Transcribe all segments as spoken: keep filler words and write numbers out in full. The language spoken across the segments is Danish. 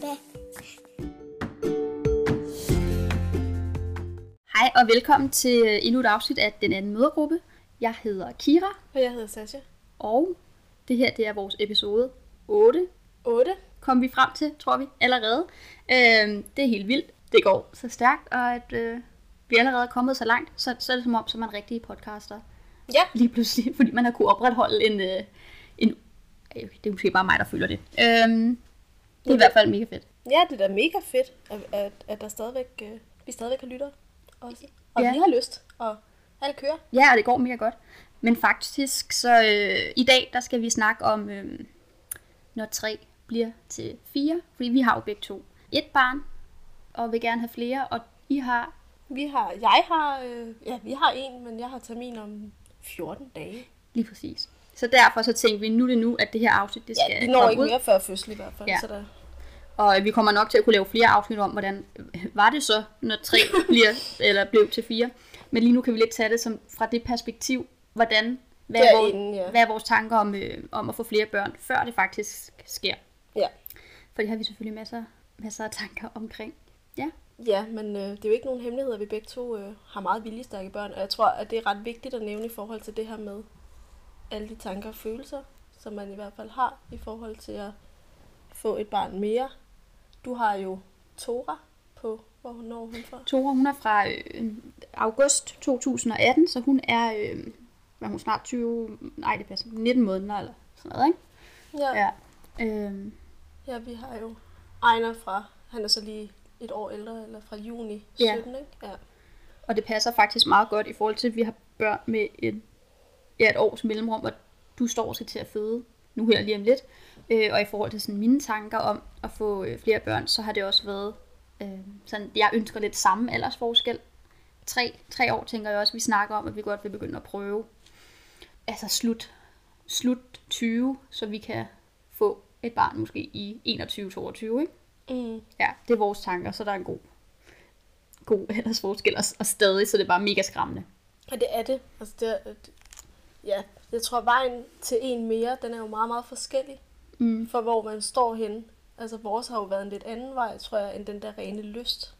Mødregruppe. Hej og velkommen til endnu et afsnit af Den Anden Mødregruppe. Jeg hedder Kira. Og jeg hedder Sasha. Og det her, det er vores episode otte. otte. Kom vi frem til, tror vi, allerede. Øhm, det er helt vildt. Det går så stærkt, og at øh, vi er allerede kommet så langt, så, så er det som om, så er man rigtige podcaster. Ja. Lige pludselig, fordi man har kunne opretholde en... Øh, en øh, det er måske bare mig, der føler det. Øhm, det er i hvert fald mega fedt. Ja, det er da mega fedt, at, at, at der stadigvæk, øh, vi stadigvæk har lyttere også. Og Ja. vi har lyst, og alt kører. Ja, og det går mega godt. Men faktisk, så øh, i dag, der skal vi snakke om, øh, når tre bliver til fire. Fordi vi har jo begge to et barn, og vil gerne have flere, og I har... Vi har, jeg har, øh, ja, vi har en, men jeg har termin om fjorten dage. Lige præcis. Så derfor så tænkte vi, nu er det nu, at det her afsnit, det skal Ja, vi når komme ikke ud. mere før fødsel i hvert fald. Ja. Så der... Og vi kommer nok til at kunne lave flere afsnit om, hvordan var det så, når tre bliver, eller blev til fire. Men lige nu kan vi lidt tage det som, fra det perspektiv, hvordan, hvad er, vores, Derinde, ja. hvad er vores tanker om, øh, om at få flere børn, før det faktisk sker. Ja. For det har vi selvfølgelig masser, masser af tanker omkring. Ja. Ja, men øh, det er jo ikke nogen hemmelighed, at vi begge to øh, har meget viljestærke børn. Og jeg tror, at det er ret vigtigt at nævne i forhold til det her med alle de tanker og følelser, som man i hvert fald har i forhold til at få et barn mere. Du har jo Tora på, hvornår er hun fra? Tora, hun er fra øh, august to tusind og atten, så hun er, øh, hvad er hun snart tyve, nej det passer, nitten måneder eller sådan noget, ikke? Ja. Ja. Øh, Ja, vi har jo Ejner fra, han er så lige et år ældre, eller fra juni Ja. sytten, ikke? Ja. og det passer faktisk meget godt i forhold til, at vi har børn med et, ja, et års mellemrum, og du står også til at føde nu her lige om lidt. Øh, og i forhold til sådan mine tanker om at få øh, flere børn, så har det også været øh, sådan, jeg ønsker lidt samme aldersforskel. Tre, tre år tænker jeg også, vi snakker om, at vi godt vil begynde at prøve. Altså slut, slut tyve, så vi kan få et barn måske i enogtyve toogtyve, ikke? Mm. Ja, det er vores tanker, så der er en god, god aldersforskel, og, og stadig, så det er bare mega skræmmende. Og det er det. Altså det er, det- ja, jeg tror, vejen til en mere, den er jo meget, meget forskellig. Mm. For hvor man står henne. Altså vores har jo været en lidt anden vej, tror jeg, end den der rene lyst.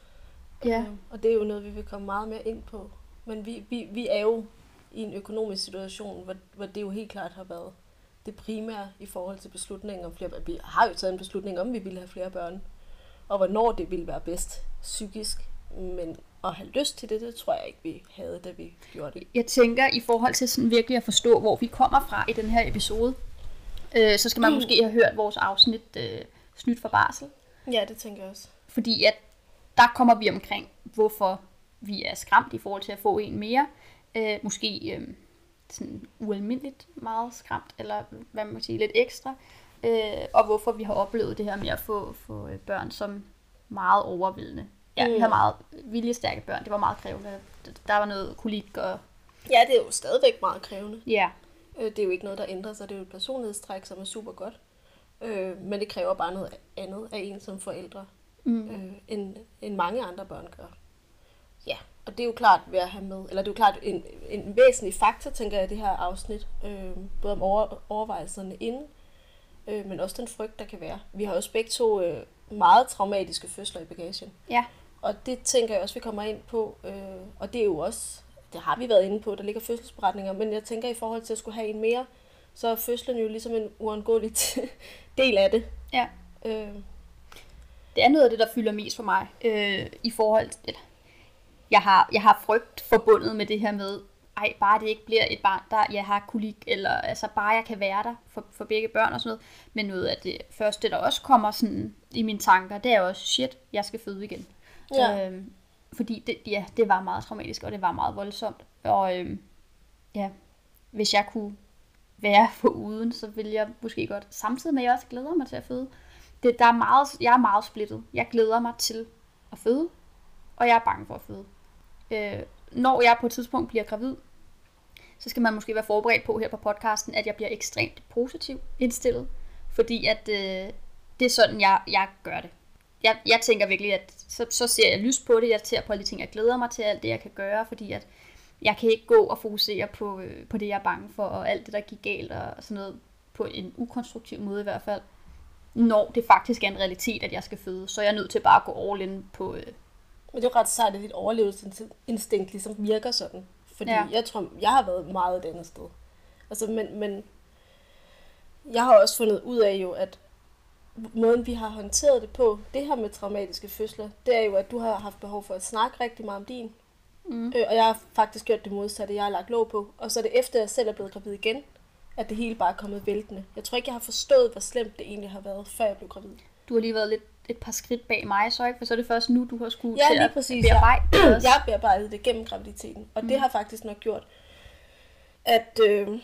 Ja. Øhm, og det er jo noget, vi vil komme meget mere ind på. Men vi, vi, vi er jo i en økonomisk situation, hvor, hvor det jo helt klart har været det primære i forhold til beslutningen om flere børn. Vi har jo taget en beslutning om, vi ville have flere børn. Og hvornår det ville være bedst psykisk. Men at have lyst til det, det tror jeg ikke, vi havde, da vi gjorde det. Jeg tænker, i forhold til sådan virkelig at forstå, hvor vi kommer fra i den her episode, øh, så skal man Mm. måske have hørt vores afsnit øh, Snydt for barsel. Ja, det tænker jeg også. Fordi at der kommer vi omkring, hvorfor vi er skræmt i forhold til at få en mere. Øh, måske øh, sådan ualmindeligt meget skræmt, eller hvad man må sige, lidt ekstra. Øh, og hvorfor vi har oplevet det her med at få, få øh, børn som meget overvældende. Ja, vi Mm. har meget viljestærke børn. Det var meget krævende. Der var noget kolik og... Ja, det er jo stadigvæk meget krævende. Ja, Øh, Det er jo ikke noget, der ændrer sig. Det er jo et personlighedstræk, som er super godt. Øh, Men det kræver bare noget andet af en som forældre, mm. øh, end, end mange andre børn gør. Ja, og det er jo klart ved at have med, eller det er jo klart en, en væsentlig faktor, tænker jeg, i det her afsnit. Øh, både om over, overvejelserne inden, øh, men også den frygt, der kan være. Vi har også begge to øh, meget traumatiske fødsler i bagagen. ja. Og det tænker jeg også, vi kommer ind på. Øh, og det er jo også, det har vi været inde på, der ligger fødselsberetninger. Men jeg tænker, i forhold til at skulle have en mere, så er fødslen jo ligesom en uundgåelig del af det. Ja. Øh, Det er noget af det, der fylder mest for mig øh, i forhold til... Eller, jeg, har, jeg har frygt forbundet med det her med, ej, bare det ikke bliver et barn, der jeg har kolik, eller altså bare jeg kan være der for, for begge børn og sådan noget. Men noget af det første, der også kommer sådan i mine tanker, det er jo også, shit, jeg skal føde igen. Ja. Øhm, fordi det, ja, det var meget traumatisk, og det var meget voldsomt. Og øhm, ja, hvis jeg kunne være foruden, så ville jeg måske godt, samtidig med at jeg også glæder mig til at føde. Det, der er meget, jeg er meget splittet. Jeg glæder mig til at føde, og jeg er bange for at føde. Øh, når jeg på et tidspunkt bliver gravid, så skal man måske være forberedt på her på podcasten, at jeg bliver ekstremt positiv indstillet. Fordi at øh, det er sådan, jeg, jeg gør det. Jeg, jeg tænker virkelig, at så, så ser jeg lyst på det. Jeg ser på alle de ting, jeg glæder mig til, alt det, jeg kan gøre. Fordi at jeg kan ikke gå og fokusere på, øh, på det, jeg er bange for, og alt det, der gik galt og sådan noget, på en ukonstruktiv måde i hvert fald. når det faktisk er en realitet, at jeg skal føde, så er jeg nødt til bare at gå all in på... Øh... Men det er jo ret sejt, at dit overlevelsesinstinkt ligesom virker sådan. Fordi Ja. jeg tror, jeg har været meget et andet sted. Altså, men, men jeg har også fundet ud af jo, at måden vi har håndteret det på, det her med traumatiske fødsler, det er jo, at du har haft behov for at snakke rigtig meget om din. Mm. Øh, og jeg har faktisk gjort det modsatte, jeg har lagt låg på. Og så er det efter, jeg selv er blevet gravid igen, at det hele bare er kommet væltende. Jeg tror ikke, jeg har forstået, hvor slemt det egentlig har været, før jeg blev gravid. Du har lige været lidt et par skridt bag mig, så ikke? For så er det først nu, du har skulle Ja, til lige at præcis. bearbejde det Jeg, også. jeg har bearbejdet det gennem graviditeten, og mm. det har faktisk nok gjort, at, øh,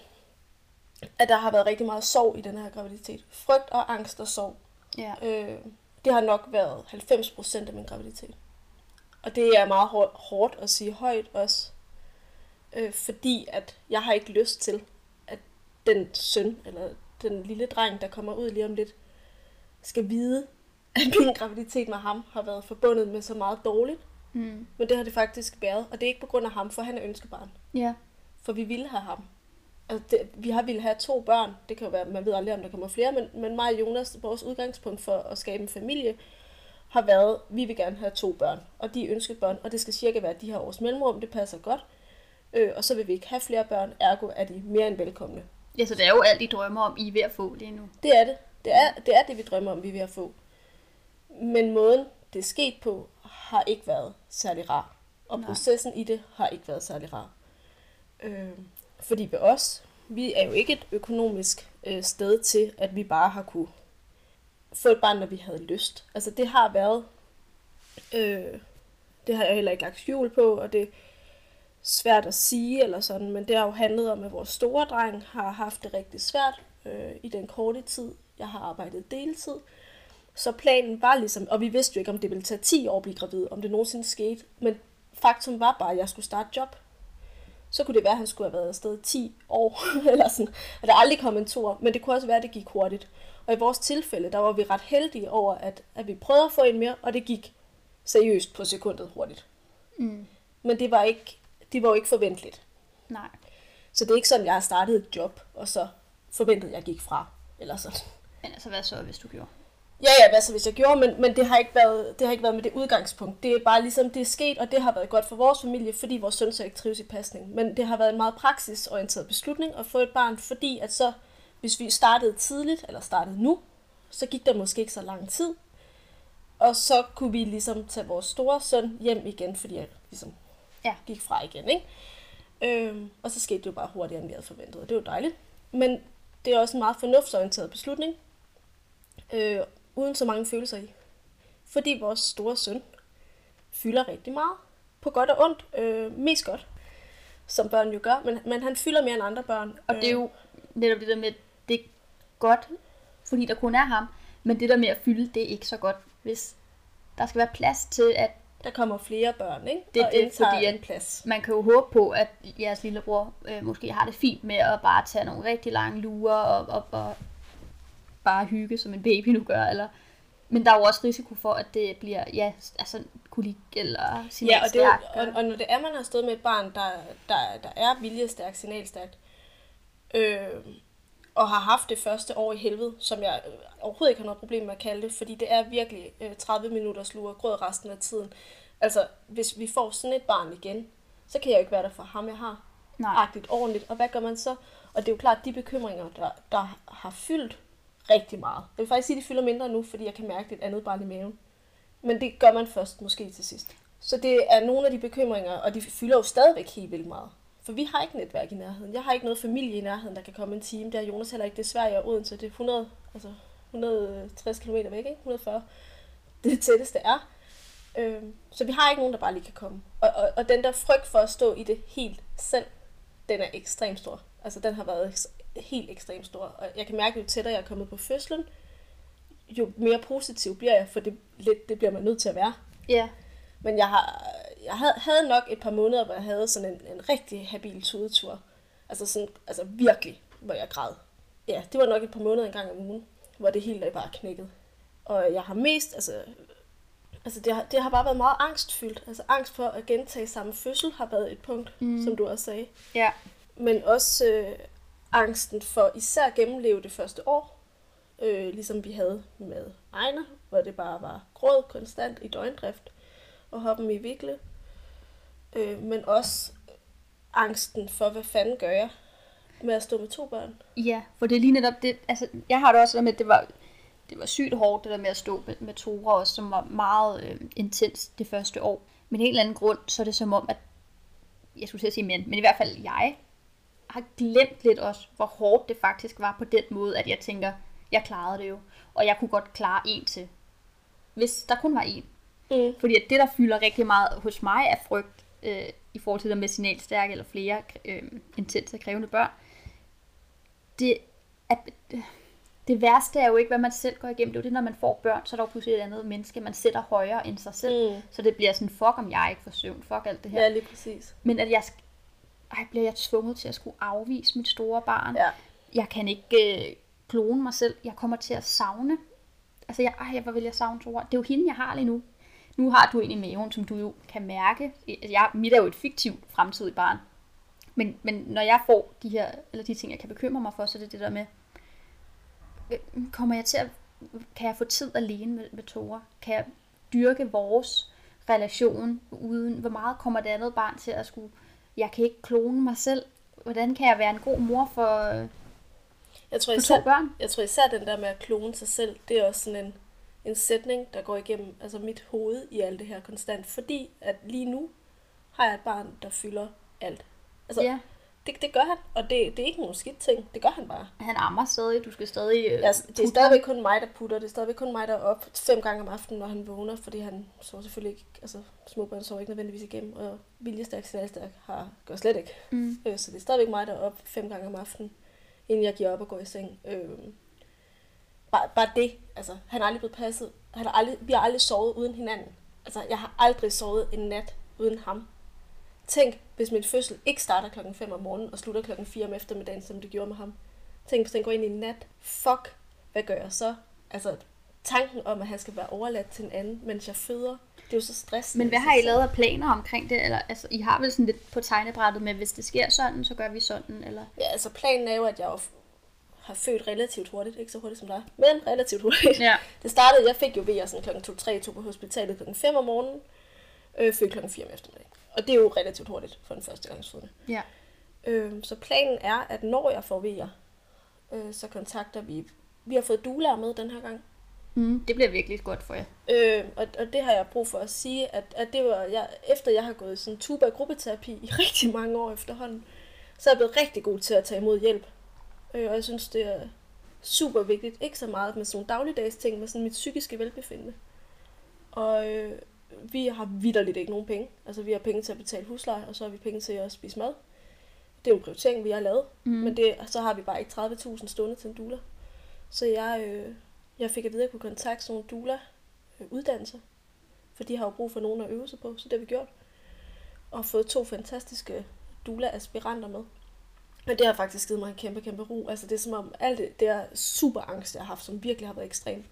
at der har været rigtig meget sorg i den her graviditet. Frygt og angst og sorg. Ja. Øh, det har nok været halvfems procent af min graviditet. Og det er meget hårdt, hårdt at sige højt også, øh, fordi at jeg har ikke lyst til, at den søn, eller den lille dreng, der kommer ud lige om lidt, skal vide, at min graviditet med ham har været forbundet med så meget dårligt. Mm. Men det har det faktisk været, og det er ikke på grund af ham, for han er ønskebarn. Ja. For vi ville have ham. Altså det, vi har ville have to børn. Det kan jo være, man ved aldrig, om der kommer flere, men, men mig og Jonas, vores udgangspunkt for at skabe en familie, har været, vi vil gerne have to børn, og de er ønskebørn, og det skal cirka være de her års mellemrum, det passer godt. Øh, og så vil vi ikke have flere børn, ergo er de mere end velkomne. Ja, så det er jo alt, I drømmer om, I er ved at få lige nu. Det er det. Det er det, er det vi drømmer om, vi er ved at få. Men måden, det er sket på, har ikke været særlig rar. Og Nej. processen i det har ikke været særlig rar. Øh, fordi ved os, vi er jo ikke et økonomisk øh, sted til, at vi bare har kunne få et barn, når vi havde lyst. Altså det har været, øh, det har jeg heller ikke lagt skjul på, og det er svært at sige eller sådan, men det har jo handlet om, at vores store dreng har haft det rigtig svært øh, i den korte tid. Jeg har arbejdet deltid. Så planen var ligesom, og vi vidste jo ikke, om det ville tage ti år at blive gravid, om det nogensinde skete, men faktum var bare, at jeg skulle starte job. Så kunne det være, at han skulle have været afsted ti år, eller sådan, og der aldrig kom en toer, men det kunne også være, at det gik hurtigt. Og i vores tilfælde, der var vi ret heldige over, at, at vi prøvede at få en mere, og det gik seriøst på sekundet hurtigt. Mm. Men det var ikke, det var jo ikke forventeligt. Nej. Så det er ikke sådan, jeg har startet et job, og så forventede, at jeg gik fra, eller sådan. Men altså, hvad så, hvis du gjorde? Ja, ja, hvad så hvis jeg gjorde, men, men det, har ikke været, det har ikke været med det udgangspunkt. Det er bare ligesom, det er sket, og det har været godt for vores familie, fordi vores søn så ikke trives i pasning. Men det har været en meget praksisorienteret beslutning at få et barn, fordi at så, hvis vi startede tidligt, eller startede nu, så gik der måske ikke så lang tid. Og så kunne vi ligesom tage vores store søn hjem igen, fordi jeg ligesom Ja. gik fra igen, ikke? Øhm, og så skete det jo bare hurtigere, end vi havde forventet, og det var dejligt. Men det er også en meget fornuftsorienteret beslutning. Øh, uden så mange følelser i. Fordi vores store søn fylder rigtig meget. På godt og ondt. Øh, mest godt. Som børn jo gør. Men, men han fylder mere end andre børn. Og det er jo netop det der med, det er godt, fordi der kun er ham. Men det der med at fylde, det er ikke så godt, hvis der skal være plads til, at Der kommer flere børn, ikke? Det er og det, indtager fordi en at- plads. man kan jo håbe på, at jeres lillebror øh, måske har det fint med at bare tage nogle rigtig lange lurer og, og, og bare hygge, som en baby nu gør. Eller... Men der er jo også risiko for, at det bliver, ja, altså kolik eller Ja, og, det er, signalstærk. jo- og, og når det er, man har stået med et barn, der, der, der er viljestærkt, signalstærkt, øh, og har haft det første år i helvede, som jeg øh, overhovedet ikke har noget problem med at kalde det, fordi det er virkelig øh, tredive minutters lur grød resten af tiden. Altså, hvis vi får sådan et barn igen, så kan jeg jo ikke være der for ham, jeg har. Nej. Agtigt ordentligt. Og hvad gør man så? Og det er jo klart, de bekymringer, der, der har fyldt rigtig meget. Jeg vil faktisk sige, at de fylder mindre nu, fordi jeg kan mærke, at det er et andet barn i maven. Men det gør man først, måske til sidst. Så det er nogle af de bekymringer, og de fylder jo stadigvæk helt vildt meget. For vi har ikke netværk i nærheden. Jeg har ikke noget familie i nærheden, der kan komme en time. Det er Jonas heller ikke. Det er Sverige og Odense. Det er hundrede, altså hundrede og tres kilometer væk, ikke? et hundrede og fyrre. Det er det tætteste er. Øhm, så vi har ikke nogen, der bare lige kan komme. Og, og, og den der frygt for at stå i det helt selv, den er ekstremt stor. Altså den har været eks- helt ekstremt stor. Og jeg kan mærke, at jo tættere jeg er kommet på fødslen, jo mere positiv bliver jeg, for det, lidt, det bliver man nødt til at være. Ja. Men jeg, har, jeg havde, havde nok et par måneder, hvor jeg havde sådan en, en rigtig habil tudetur. Altså, sådan, altså virkelig, hvor jeg græd. Ja, det var nok et par måneder en gang om ugen, hvor det hele bare knækkede. Og jeg har mest, altså, altså det, har, det har bare været meget angstfyldt. Altså angst for at gentage samme fødsel har været et punkt, mm. som du også sagde. Ja. Men også øh, angsten for især at gennemleve det første år. øh, ligesom vi havde med Ejner, hvor det bare var gråd konstant i døgndrift, og hoppen i vikle. Øh, men også angsten for, hvad fanden gør jeg med at stå med to børn. Ja, for det er lige netop det, altså jeg har det også med, at det var, det var sygt hårdt, det der med at stå med, med Tora også, som var meget øh, intens det første år. Men en eller anden grund, så er det som om, at, jeg skulle sige men, men i hvert fald jeg, har glemt lidt også, hvor hårdt det faktisk var på den måde, at jeg tænker, jeg klarede det jo, og jeg kunne godt klare en til, hvis der kun var en. Mm. Fordi at det, der fylder rigtig meget hos mig, er frygt, øh, i forhold til det med signalstærke eller flere øh, intense krævende børn. Det, at, det værste er jo ikke, hvad man selv går igennem. Det er jo det, når man får børn, så er der jo pludselig et andet menneske, man sætter højere end sig selv. Mm. Så det bliver sådan, fuck om jeg ikke får søvn, fuck alt det her. Ja, lige præcis. Men at jeg, ej, bliver jeg tvunget til at skulle afvise mit store barn. Ja. Jeg kan ikke øh, klone mig selv. Jeg kommer til at savne. Altså, jeg, ej, hvor vil jeg savne Tora. Det er jo hende, jeg har lige nu. Nu har du en i maven, som du jo kan mærke. Jeg, mit er jo et fiktivt fremtidigt barn. Men, men når jeg får de her, eller de ting, jeg kan bekymre mig for, så er det det der med, kommer jeg til at, kan jeg få tid alene med, med Tora? Kan jeg dyrke vores relation uden, hvor meget kommer det andet barn til at skulle, jeg kan ikke klone mig selv. Hvordan kan jeg være en god mor for, jeg tror, for især, to børn? Jeg tror især den der med at klone sig selv, det er også sådan en, en sætning, der går igennem altså mit hoved i alt det her konstant. Fordi at lige nu har jeg et barn, der fylder alt. Altså, ja. det, det gør han, og det, det er ikke nogen skidt ting. Det gør han bare. Han ammer stadig, du skal stadig ja, det er stadigvæk kun mig, der putter. Det er stadigvæk kun mig, der er op fem gange om aftenen, når han vågner, fordi han sover selvfølgelig ikke, altså småbørn sover ikke nødvendigvis igennem, og viljestærk, signalstærk har, gør slet ikke. Mm. Øh, så det er stadigvæk mig, der er op fem gange om aftenen, inden jeg giver op og går i seng. Øh, bare, bare det, altså, han er aldrig blevet passet. Han har aldrig, vi har aldrig sovet uden hinanden. Altså, jeg har aldrig sovet en nat uden ham. Tænk, hvis min fødsel ikke starter klokken fem om morgenen og slutter klokken fire om eftermiddagen, som det gjorde med ham. Tænk, hvis den går ind i en nat. Fuck, hvad gør jeg så? Altså, tanken om, at han skal være overladt til en anden, mens jeg føder, det er jo så stressende. Men hvad har I lavet af planer omkring det? Eller, altså, I har vel sådan lidt på tegnebrættet med, hvis det sker sådan, så gør vi sådan, eller? Ja, altså planen er jo, at jeg har født relativt hurtigt. Ikke så hurtigt som dig, men relativt hurtigt. Ja. Det startede, jeg fik jo ved sådan klokken to tre, tog på hospitalet klokken fem om morgenen, øh, født klokken fire om eftermiddagen. Og det er jo relativt hurtigt for en førstegangsfødende. Ja. Øh, så planen er, at når jeg får vejer, øh, så kontakter vi... Vi har fået doulaer med den her gang. Mm, det bliver virkelig godt for jer. Øh, og, og det har jeg brug for at sige, at, at det var... Jeg, efter jeg har gået sådan tuba gruppeterapi i rigtig mange år efterhånden, så er jeg blevet rigtig god til at tage imod hjælp. Øh, og jeg synes, det er super vigtigt. Ikke så meget med sådan nogle dagligdags ting, men sådan mit psykiske velbefindende. Og... Øh, vi har vitterligt ikke nogen penge. Altså, vi har penge til at betale husleje, og så har vi penge til at spise mad. Det er jo en prioritering, vi har lavet. Mm. Men det, så har vi bare ikke tredive tusind stående til en doula. Så jeg, øh, jeg fik at vide, at jeg kunne kontakte sådan nogle doula-uddannelser. For de har jo brug for nogen at øve sig på, så det har vi gjort. Og fået to fantastiske doula-aspiranter med. Og det har faktisk givet mig en kæmpe, kæmpe ro. Altså, det er som om alt det der super angst, jeg har haft, som virkelig har været ekstremt.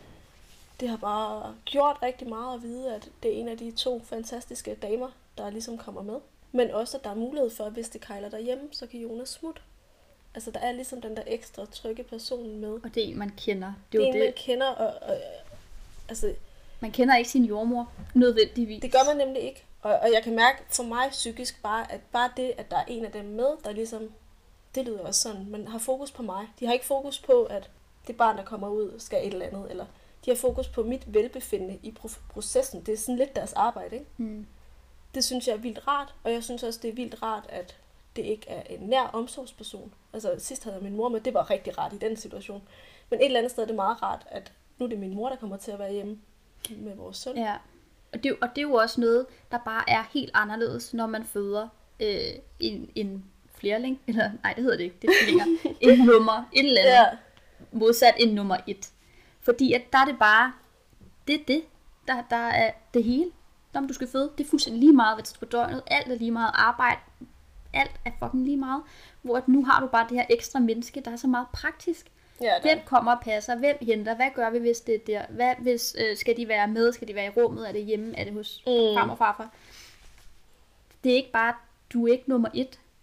Det har bare gjort rigtig meget at vide, at det er en af de to fantastiske damer, der ligesom kommer med. Men også, at der er mulighed for, at hvis det kejler derhjemme, så kan Jonas smutte. Altså, der er ligesom den der ekstra trygge person med. Og det er en, man kender. Det er, det er en, man kender, og, og altså... Man kender ikke sin jordmor nødvendigvis. Det gør man nemlig ikke. Og, og jeg kan mærke for mig psykisk bare, at bare det, at der er en af dem med, der ligesom... Det lyder også sådan, man har fokus på mig. De har ikke fokus på, at det barn, der kommer ud, skal et eller andet, eller... De har fokus på mit velbefindende i processen. Det er sådan lidt deres arbejde, ikke? Mm. Det synes jeg er vildt rart, og jeg synes også, det er vildt rart, at det ikke er en nær omsorgsperson. Altså sidst havde jeg min mor med, det var rigtig rart i den situation. Men et eller andet sted er det meget rart, at nu er det min mor, der kommer til at være hjemme med vores søn. Ja, og det, og det er jo også noget, der bare er helt anderledes, når man føder øh, en, en flerling. Eller nej, det hedder det ikke, det er tvillinger. En nummer, et eller andet. Ja. Modsat en nummer et. Fordi at der er det bare, det er det, der, der er det hele, når du skal føde. Det er fuldstændig lige meget, hvad det på døgnet. Alt er lige meget arbejde. Alt er fucking lige meget. Hvor at nu har du bare det her ekstra menneske, der er så meget praktisk. Ja, hvem kommer og passer? Hvem henter? Hvad gør vi, hvis det er der? Hvad, hvis, øh, skal de være med? Skal de være i rummet? Er det hjemme? Er det hos mm. far og farfar? Det er ikke bare, du er ikke nummer et.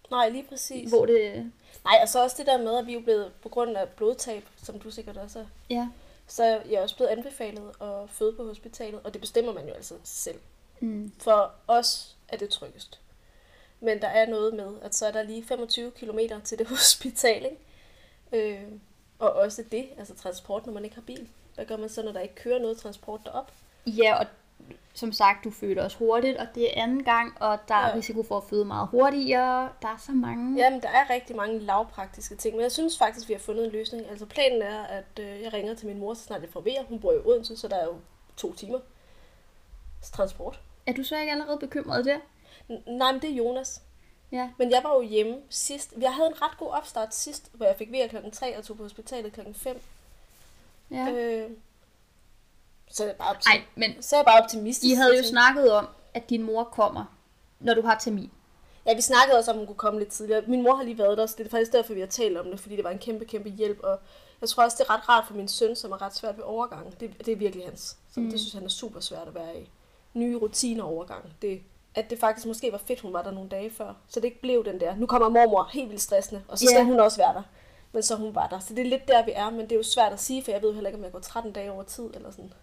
Nej, lige præcis. Hvor det... Nej, og så også det der med, at vi er jo blevet, på grund af blodtab, som du sikkert også er, Ja. så er jeg også blevet anbefalet at føde på hospitalet, og det bestemmer man jo altså selv. Mm. For os er det tryggest. Men der er noget med, at så er der lige femogtyve kilometer til det hospital, ikke? Øh, og også det, altså transport, når man ikke har bil. Hvad gør man så, når der ikke kører noget transport derop? Ja, og som sagt, du føder også hurtigt, og det er anden gang, og der er Ja. risiko for at føde meget hurtigere. Der er så mange... Jamen, der er rigtig mange lavpraktiske ting, men jeg synes faktisk, vi har fundet en løsning. Altså planen er, at øh, jeg ringer til min mor, så snart jeg får vejer. Hun bor i Odense, så der er jo to timer transport. Er du så ikke allerede bekymret der? N- nej, men det er Jonas. Ja. Men jeg var jo hjemme sidst. Jeg havde en ret god opstart sidst, hvor jeg fik vejer klokken tre og tog på hospitalet klokken fem. Ja. Øh, så er jeg bare, optim- Ej, men så er jeg bare optimistisk. I havde jo Jeg tænkte- snakket om, at din mor kommer, når du har termin. Ja, vi snakkede også om, at hun kunne komme lidt tidligere. Min mor har lige været der, så det er faktisk derfor, vi har talt om det, fordi det var en kæmpe, kæmpe hjælp. Og jeg tror også, det er ret rart for min søn, som er ret svært ved overgangen. Det, det er virkelig hans. Så mm. Det synes han er super svært at være i. Nye rutiner overgang. Det, at det faktisk måske var fedt, hun var der nogle dage før. Så det ikke blev den der. Nu kommer mormor helt vildt stressende, og så skal Ja. hun også være der. Men så hun var der. Så det er lidt der, vi er, men det er jo svært at sige, for jeg ved jo heller ikke, om jeg går tretten dage over tid eller sådan.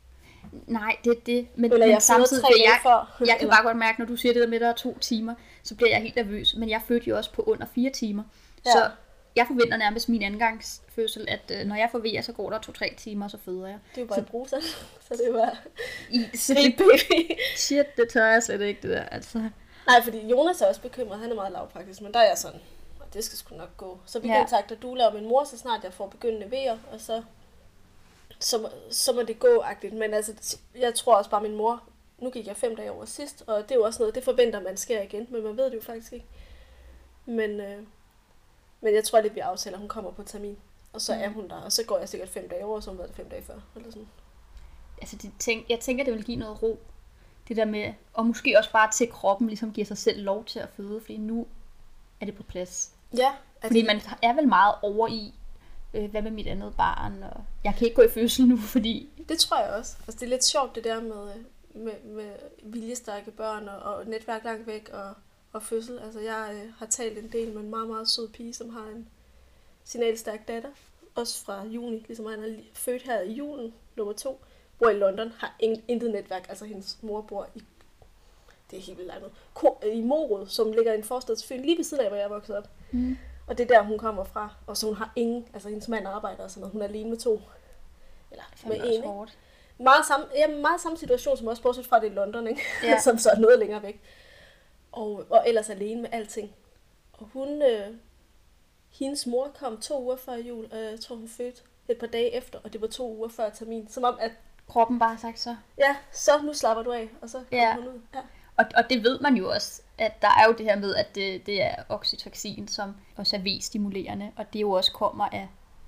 Nej, det er det. Men, Eller men jeg føder samtidig, tre bliver dage jeg, før. jeg kan Eller- bare godt mærke, når du siger det der med, der er to timer, så bliver jeg helt nervøs. Men jeg fødte jo også på under fire timer. Ja. Så jeg forventer nærmest min andengangsfødsel, at øh, når jeg får vejer, så går der to-tre timer, og så føder jeg. Det er jo bare i bruser, så det er jo bare... I, så Helt det, baby. shit, det tør jeg slet ikke, det der. Altså. Nej, fordi Jonas er også bekymret. Han er meget lavpraktisk, men der er jeg sådan, "Og det skal sgu nok gå." Så vi Ja. kontakter Dula og min mor, så snart jeg får begyndende vejer, og så, så, må- så må det gå-agtigt. Men altså, jeg tror også bare, min mor, nu gik jeg fem dage over sidst, og det er jo også noget, det forventer man sker igen, men man ved det jo faktisk ikke. Men, øh, men jeg tror lidt, vi aftaler, at hun kommer på termin, og så er hun der, og så går jeg sikkert fem dage over, så hun været der fem dage før, eller sådan. Altså, det tænk, jeg tænker, det vil give noget ro. Det der med, og måske også bare til kroppen ligesom giver sig selv lov til at føde, fordi nu er det på plads. Ja, er Fordi det- man er vel meget over i, øh, hvad med mit andet barn, og jeg kan ikke gå i fødsel nu, fordi... Det tror jeg også. Altså, det er lidt sjovt, det der med, med, med viljestærke børn og, og netværk langt væk og, og fødsel. Altså, jeg øh, har talt en del med en meget, meget sød pige, som har en signalstærk datter. Også fra juni, ligesom han er li- født her i julen, nummer to. Bor i London, har ingen, intet netværk. Altså, hendes mor bor i... Det er helt vildt langt. Ko- I Morud, som ligger i en forstad til Fyn, lige ved siden af, hvor jeg er vokset op. Mm. Og det er der, hun kommer fra. Og så hun har ingen... Altså, hendes mand arbejder og sådan noget. Hun er alene med to. Eller Det med er en, også ikke? hårdt. Meget samme, ja, meget samme situation som også, bortset fra det i London, ikke? Ja. Ja. Som så er noget længere væk. Og, og ellers alene med alting. Og hun, øh, hendes mor kom to uger før jul, og jeg tror hun fødte et par dage efter, og det var to uger før termin. Som om, at Kroppen bare har sagt så. ja, så nu slapper du af, og så kom Ja. hun ud. Ja. Og, og det ved man jo også, at der er jo det her med, at det, det er oxytocin, som også er V-stimulerende, og det jo også kommer af,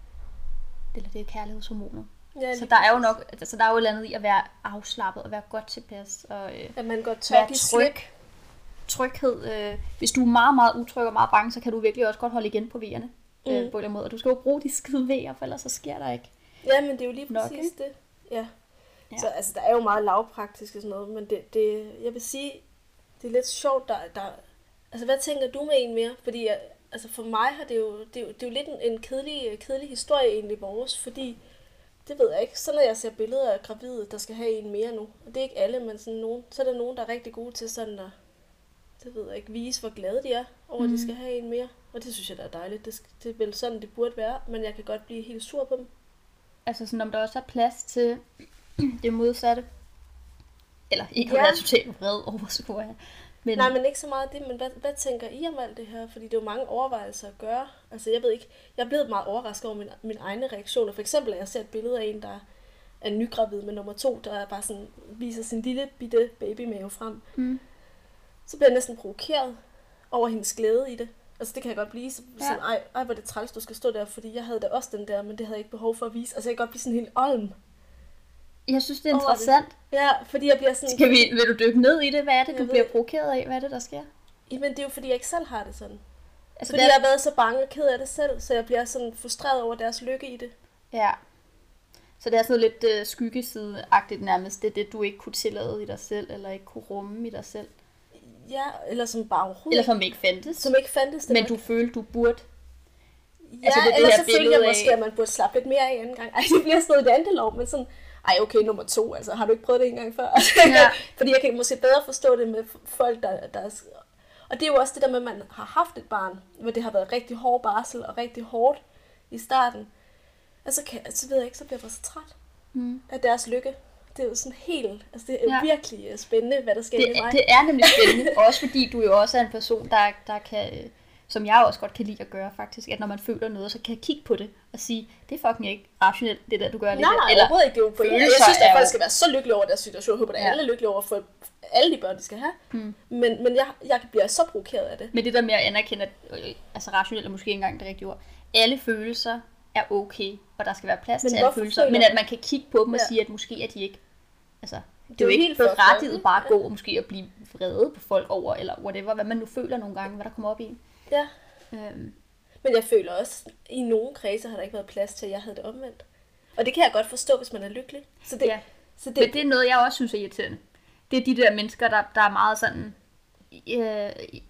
eller det er kærlighedshormonet. Ja, Så lige der er jo præcis. nok, altså der er jo et eller andet i at være afslappet og være godt tilpas, og øh, At man godt tør være give tryg. slip. Tryghed. Øh, hvis du er meget, meget utryg og meget bange, så kan du virkelig også godt holde igen på vejerne. Mm. Øh, Mm. på den måde. Og du skal jo bruge de skide vejer, for ellers så sker der ikke. Ja, men det er jo lige Nok, præcis det. Ja. Ja. Ja. Så altså, der er jo meget lavpraktisk og sådan noget, men det, det, jeg vil sige, det er lidt sjovt, der, der altså hvad tænker du med en mere? Fordi jeg, altså for mig har det jo, det er jo, det er jo lidt en, en kedelig, kedelig historie egentlig vores, fordi det ved jeg ikke. Så når jeg ser billeder af gravide, der skal have en mere nu, og det er ikke alle, men sådan nogen, så er der nogen, der er rigtig gode til sådan at, det ved jeg ikke, vise, hvor glade de er over, mm. at de skal have en mere. Og det synes jeg, der er dejligt. Det, skal- det er vel sådan, det burde være, men jeg kan godt blive helt sur på dem. Altså sådan, om der også er plads til det modsatte. Eller ikke at Ja. være totalt vred over, så kunne jeg. Men, Nej, men ikke så meget det, men hvad, hvad tænker I om alt det her? Fordi det er jo mange overvejelser at gøre. Altså, jeg ved ikke, jeg er blevet meget overrasket over mine, mine egne reaktioner. For eksempel, at jeg ser et billede af en, der er nygravid med nummer to, der bare sådan viser sin lille bitte babymave frem. Mm. Så bliver jeg næsten provokeret over hendes glæde i det. Altså, det kan jeg godt blive. Så, Ja. sådan, ej, ej, hvor er det træls, du skal stå der, fordi jeg havde da også den der, men det havde jeg ikke behov for at vise. Altså, jeg kan godt blive sådan helt olm. Jeg synes, det er Over det. interessant. Ja, fordi jeg bliver sådan... Skal vi, vil du dykke ned i det? Hvad er det, Jeg du ved bliver ikke. provokeret af? Hvad er det, der sker? Jamen, det er jo fordi, jeg ikke selv har det sådan. Altså, Fordi der, jeg har været så bange og ked af det selv, så jeg bliver sådan frustreret over deres lykke i det. Ja. Så det er sådan lidt uh, skyggeside-agtigt nærmest. Det er det, du ikke kunne tillade i dig selv, eller ikke kunne rumme i dig selv. Ja, eller som bare overhovedet Eller som ikke fandtes. Som ikke fandtes. Men du følte, du burde. Ja, altså, det, det eller så følte jeg måske, at man burde slappe lidt mere af anden gang. Ej, det bliver sådan noget jantelov, men sådan, ej okay, nummer to, altså har du ikke prøvet det en gang før? Ja. Fordi jeg kan måske bedre forstå det med folk, der, der er... Og det er jo også det der med, at man har haft et barn, hvor det har været rigtig hård barsel og rigtig hårdt i starten. Og så, kan, så ved jeg ikke, så bliver jeg bare så træt mm. af deres lykke. Det er jo sådan helt, altså det er jo ja. virkelig spændende, hvad der sker det, i mig. Det er nemlig spændende, også fordi du jo også er en person, der, der kan, som jeg også godt kan lide at gøre faktisk, at når man føler noget, så kan jeg kigge på det og sige, det er fucking ikke rationelt, det der du gør. Nej, nej, eller overhovedet ikke. Det er jo på jeg synes, at folk skal være så lykkelige over deres situation. Jeg håber, at ja. alle er lykkelige over for alle de børn, de skal have. Hmm. Men, men jeg, jeg bliver så provokeret af det. Men det der med at anerkende, at øh, altså rationelt er måske ikke engang det rigtige ord. Alle følelser er okay, og der skal være plads men til alle følelser. Men at man kan kigge på dem og ja. sige, at måske er de ikke... Altså, det, det er jo ikke berettiget bare at gå og måske at blive vrede på folk over, eller whatever, hvad man nu føler nogle gange, hvad der kommer op i. Ja. Øhm. Men jeg føler også, at i nogle kredse har der ikke været plads til, at jeg havde det omvendt. Og det kan jeg godt forstå, hvis man er lykkelig. Så det, ja. så det... Men det er noget, jeg også synes er irriterende. Det er de der mennesker, der, der er meget sådan... Øh,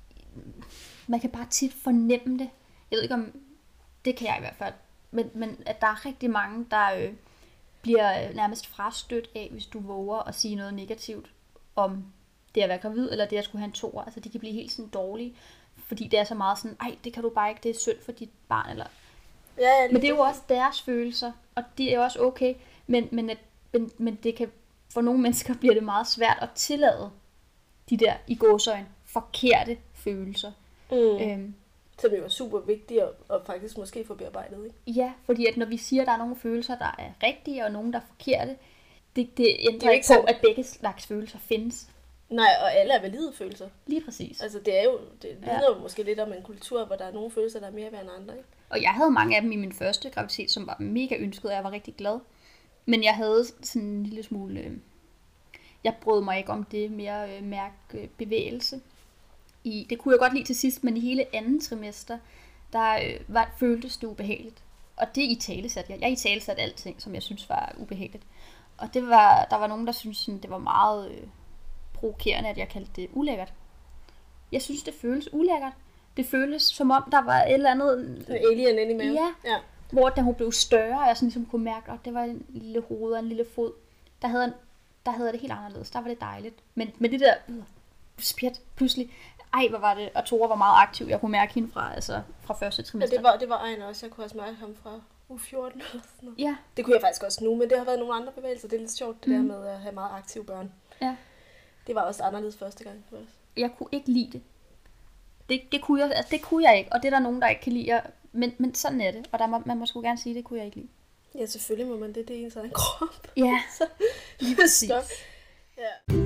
man kan bare tit fornemme det. Jeg ved ikke om... Det kan jeg i hvert fald. Men, men at der er rigtig mange, der... Øh, bliver nærmest frastødt af, hvis du våger at sige noget negativt om det at være gravid, eller det at skulle have en toer. Altså de kan blive helt sådan dårlige, fordi det er så meget sådan, ej, det kan du bare ikke, det er synd for dit barn. Eller... Ja, ja, men det er jo også deres følelser, og det er jo også okay, men, men, at, men, men det kan, for nogle mennesker bliver det meget svært at tillade de der, i gåseøjne, forkerte følelser. Mm. Øhm, Så det er jo super vigtigt at, at faktisk måske få bearbejdet, ikke? Ja, fordi at når vi siger, at der er nogle følelser, der er rigtige, og nogle, der er forkerte, det, det ændrer det ikke på, sådan, at begge slags følelser findes. Nej, og alle er valide følelser. Lige præcis. Altså det er jo, det vidner ja. jo måske lidt om en kultur, hvor der er nogle følelser, der er mere værd end andre, ikke? Og jeg havde mange af dem i min første graviditet, som var mega ønsket, og jeg var rigtig glad. Men jeg havde sådan en lille smule... Øh, jeg brød mig ikke om det mere øh, mærke øh, bevægelse. I, det kunne jeg godt lide til sidst, men i hele anden trimester, der øh, var, føltes det ubehageligt. Og det i talesat jeg. Jeg i talesat alting, som jeg synes var ubehageligt. Og det var, der var nogen, der syntes, sådan, det var meget øh, provokerende, at jeg kaldte det ulækkert. Jeg synes, det føles ulækkert. Det føles som om, der var et eller andet... Alien inde i maven. Ja, ja. Hvor da hun blev større, og jeg sådan ligesom kunne mærke, at det var en lille hoved og en lille fod. Der havde, der havde det helt anderledes. Der var det dejligt. Men, men det der øh, spjat pludselig... Ej, hvor var det, og Tore var meget aktiv. Jeg kunne mærke hende fra, altså, fra første trimester. Ja, det var, det var Ejner også. Jeg kunne også mærke ham fra uge fjorten eller sådan noget. Ja. Det kunne jeg faktisk også nu, men det har været nogle andre bevægelser. Det er lidt sjovt, det mm. der med at have meget aktive børn. Ja. Det var også anderledes første gang. Jeg kunne ikke lide det. Det, det, kunne jeg, altså, det kunne jeg ikke, og det er der nogen, der ikke kan lide. Men, men sådan er det, og der må, man må sgu gerne sige, det kunne jeg ikke lide. Ja, selvfølgelig må man det. Det er ens egen krop. Ja, lige præcis. Ja.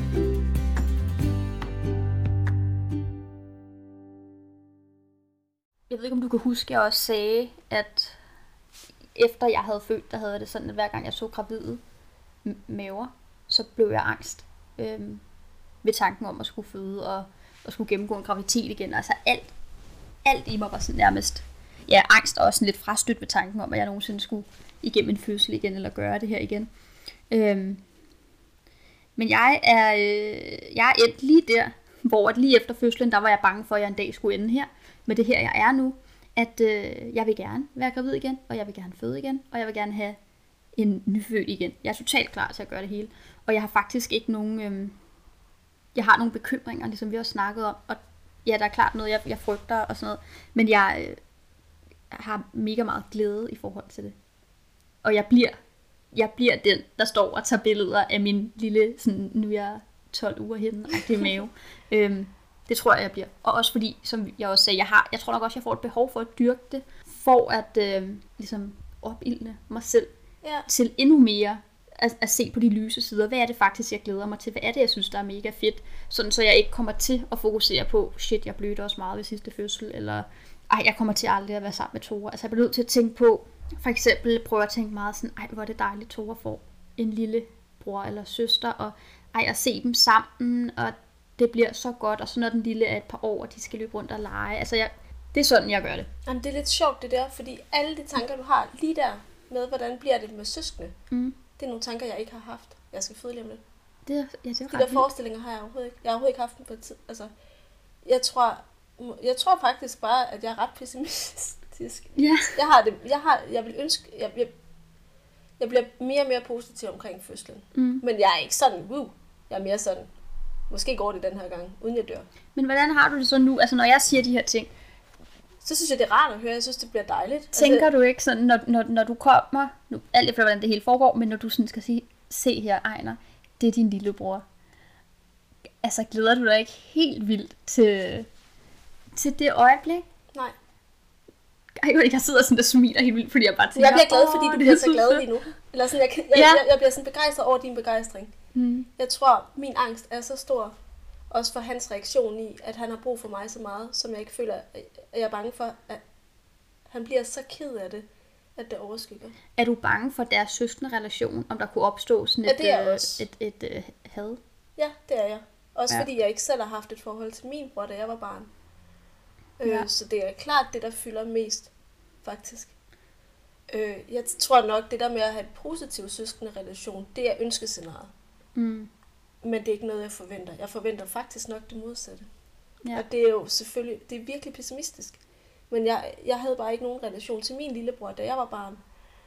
Jeg ved ikke, om du kan huske, at jeg også sagde, at efter jeg havde født, der havde det sådan, at hver gang jeg så gravide maver, så blev jeg angst øhm, ved tanken om at skulle føde og, og skulle gennemgå en graviditet igen. Altså alt, alt i mig var sådan nærmest, ja, angst og også sådan lidt frastødt ved tanken om, at jeg nogensinde skulle igennem en fødsel igen, eller gøre det her igen. Øhm, men jeg er, øh, jeg er endt lige der, hvor at lige efter fødslen, der var jeg bange for, at jeg en dag skulle ende her, med det her, jeg er nu, at øh, jeg vil gerne være gravid igen, og jeg vil gerne føde igen, og jeg vil gerne have en nyfødt igen. Jeg er totalt klar til at gøre det hele, og jeg har faktisk ikke nogen, øh, jeg har nogle bekymringer, ligesom vi har snakket om, og ja, der er klart noget, jeg, jeg frygter og sådan noget, men jeg øh, har mega meget glæde i forhold til det. Og jeg bliver, jeg bliver den, der står og tager billeder af min lille, sådan, nu er jeg tolv uger henne, og det er mave. øhm, Det tror jeg, jeg bliver. Og også fordi, som jeg også sagde, jeg har, jeg tror nok også, jeg får et behov for at dyrke det, for at øh, ligesom opildne mig selv ja. til endnu mere at, at se på de lyse sider. Hvad er det faktisk, jeg glæder mig til? Hvad er det, jeg synes, der er mega fedt? Sådan, så jeg ikke kommer til at fokusere på, shit, jeg blødte også meget ved sidste fødsel, eller ej, jeg kommer til aldrig at være sammen med Tore. Altså, jeg bliver nødt til at tænke på, for eksempel prøve at tænke meget sådan, ej, hvor er det dejligt, Tore får en lille bror eller søster, og ej, at se dem sammen, og det bliver så godt, og så når den lille er et par år, og de skal løbe rundt og lege. Altså, jeg, det er sådan, jeg gør det. Jamen, det er lidt sjovt, det der, fordi alle de tanker, du har lige der med, hvordan bliver det med søskende, mm. det er nogle tanker, jeg ikke har haft. Jeg skal føde lige om lidt. Det, ja, det er De ret der vildt. forestillinger har jeg overhovedet ikke. Jeg har overhovedet ikke haft dem på tid. Altså, jeg tror, jeg tror faktisk bare, at jeg er ret pessimistisk. Ja. Jeg har det, jeg har, jeg vil ønske, jeg, jeg, jeg bliver mere og mere positiv omkring fødslen. Mm. Men jeg er ikke sådan, woo, jeg er mere sådan, måske går det den her gang, uden jeg dør. Men hvordan har du det så nu? Altså, når jeg siger de her ting, Så synes jeg, det er rart at høre. Jeg synes, det bliver dejligt. tænker altså, du ikke sådan, når, når, når du kommer, nu, alt efter hvordan det hele foregår, men når du sådan skal sige, se her, Ejner, det er din lillebror. Altså, glæder du dig ikke helt vildt til, til det øjeblik? Nej. Ej, jeg sidder sådan og smiler helt vildt, fordi jeg bare tænker, Jeg bliver glad, fordi åh, du det bliver er så glad fedt. lige nu. Eller sådan, jeg, kan- jeg, Ja. jeg, jeg bliver sådan begejstret over din begejstring. Mm. Jeg tror, min angst er så stor, også for hans reaktion i, at han har brug for mig så meget, som jeg ikke føler, at jeg er bange for, at han bliver så ked af det, at det overskygger. Er du bange for deres søskende relation, om der kunne opstå sådan Ja, et, det er jeg øh, også. et, et, et, et had? Ja, det er jeg. Også Ja. ja. fordi jeg ikke selv har haft et forhold til min bror, da jeg var barn. Øh, Ja. Så det er klart det, der fylder mest, faktisk. Øh, jeg tror nok, det der med at have et positiv søskende relation, det er ønskescenariet. Mm. Men det er ikke noget, jeg forventer. Jeg forventer faktisk nok det modsatte. Ja. Og det er jo selvfølgelig, det er virkelig pessimistisk. Men jeg, jeg havde bare ikke nogen relation til min lillebror, da jeg var barn.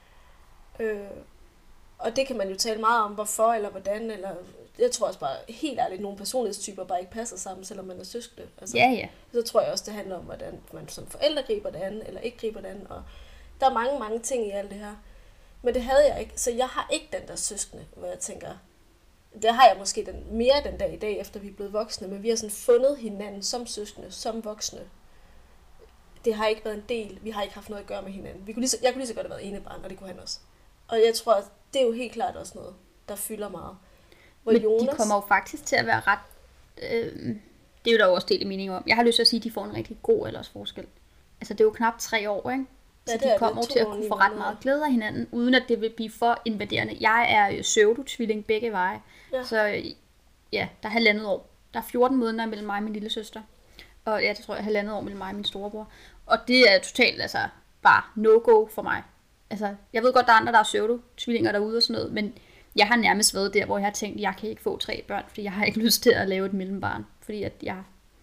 Øh, og det kan man jo tale meget om, hvorfor eller hvordan. Eller, jeg tror også bare, helt ærligt, nogle personlighedstyper bare ikke passer sammen, selvom man er søskende. Altså, Ja, ja. Så tror jeg også, det handler om, hvordan man som forældre griber det an, eller ikke griber det an. Og der er mange, mange ting i alt det her. Men det havde jeg ikke. Så jeg har ikke den der søskende, hvor jeg tænker, det har jeg måske den, mere den dag i dag, efter vi er blevet voksne, men vi har sådan fundet hinanden som søskende, som voksne. Det har ikke været en del, vi har ikke haft noget at gøre med hinanden. Vi kunne lige så, jeg kunne lige så godt have været enebarn, og det kunne han også. Og jeg tror, at det er jo helt klart også noget, der fylder meget. Hvor Men Jonas, de kommer jo faktisk til at være ret... Øh, det er jo der også delt mening om. Jeg har lyst til at sige, at de får en rigtig god aldersforskel. Altså, det er jo knap tre år, ikke? Så Ja, det de er det. kommer jo To til at år, kunne ni få ret måneder. meget glæde af hinanden, uden at det vil blive for invaderende. Jeg er jo pseudo-tvilling begge veje. Ja. Så øh, ja, der er halvandet år. Der er fjorten måneder mellem mig og min lille søster. Og ja, det tror jeg er halvandet år mellem mig og min storebror. Og det er totalt, altså, bare no-go for mig. Altså, jeg ved godt, der er andre, der er pseudo-tvillinger derude og sådan noget, men jeg har nærmest været der, hvor jeg har tænkt, at jeg kan ikke få tre børn, fordi jeg har ikke lyst til at lave et mellembarn. Fordi at jeg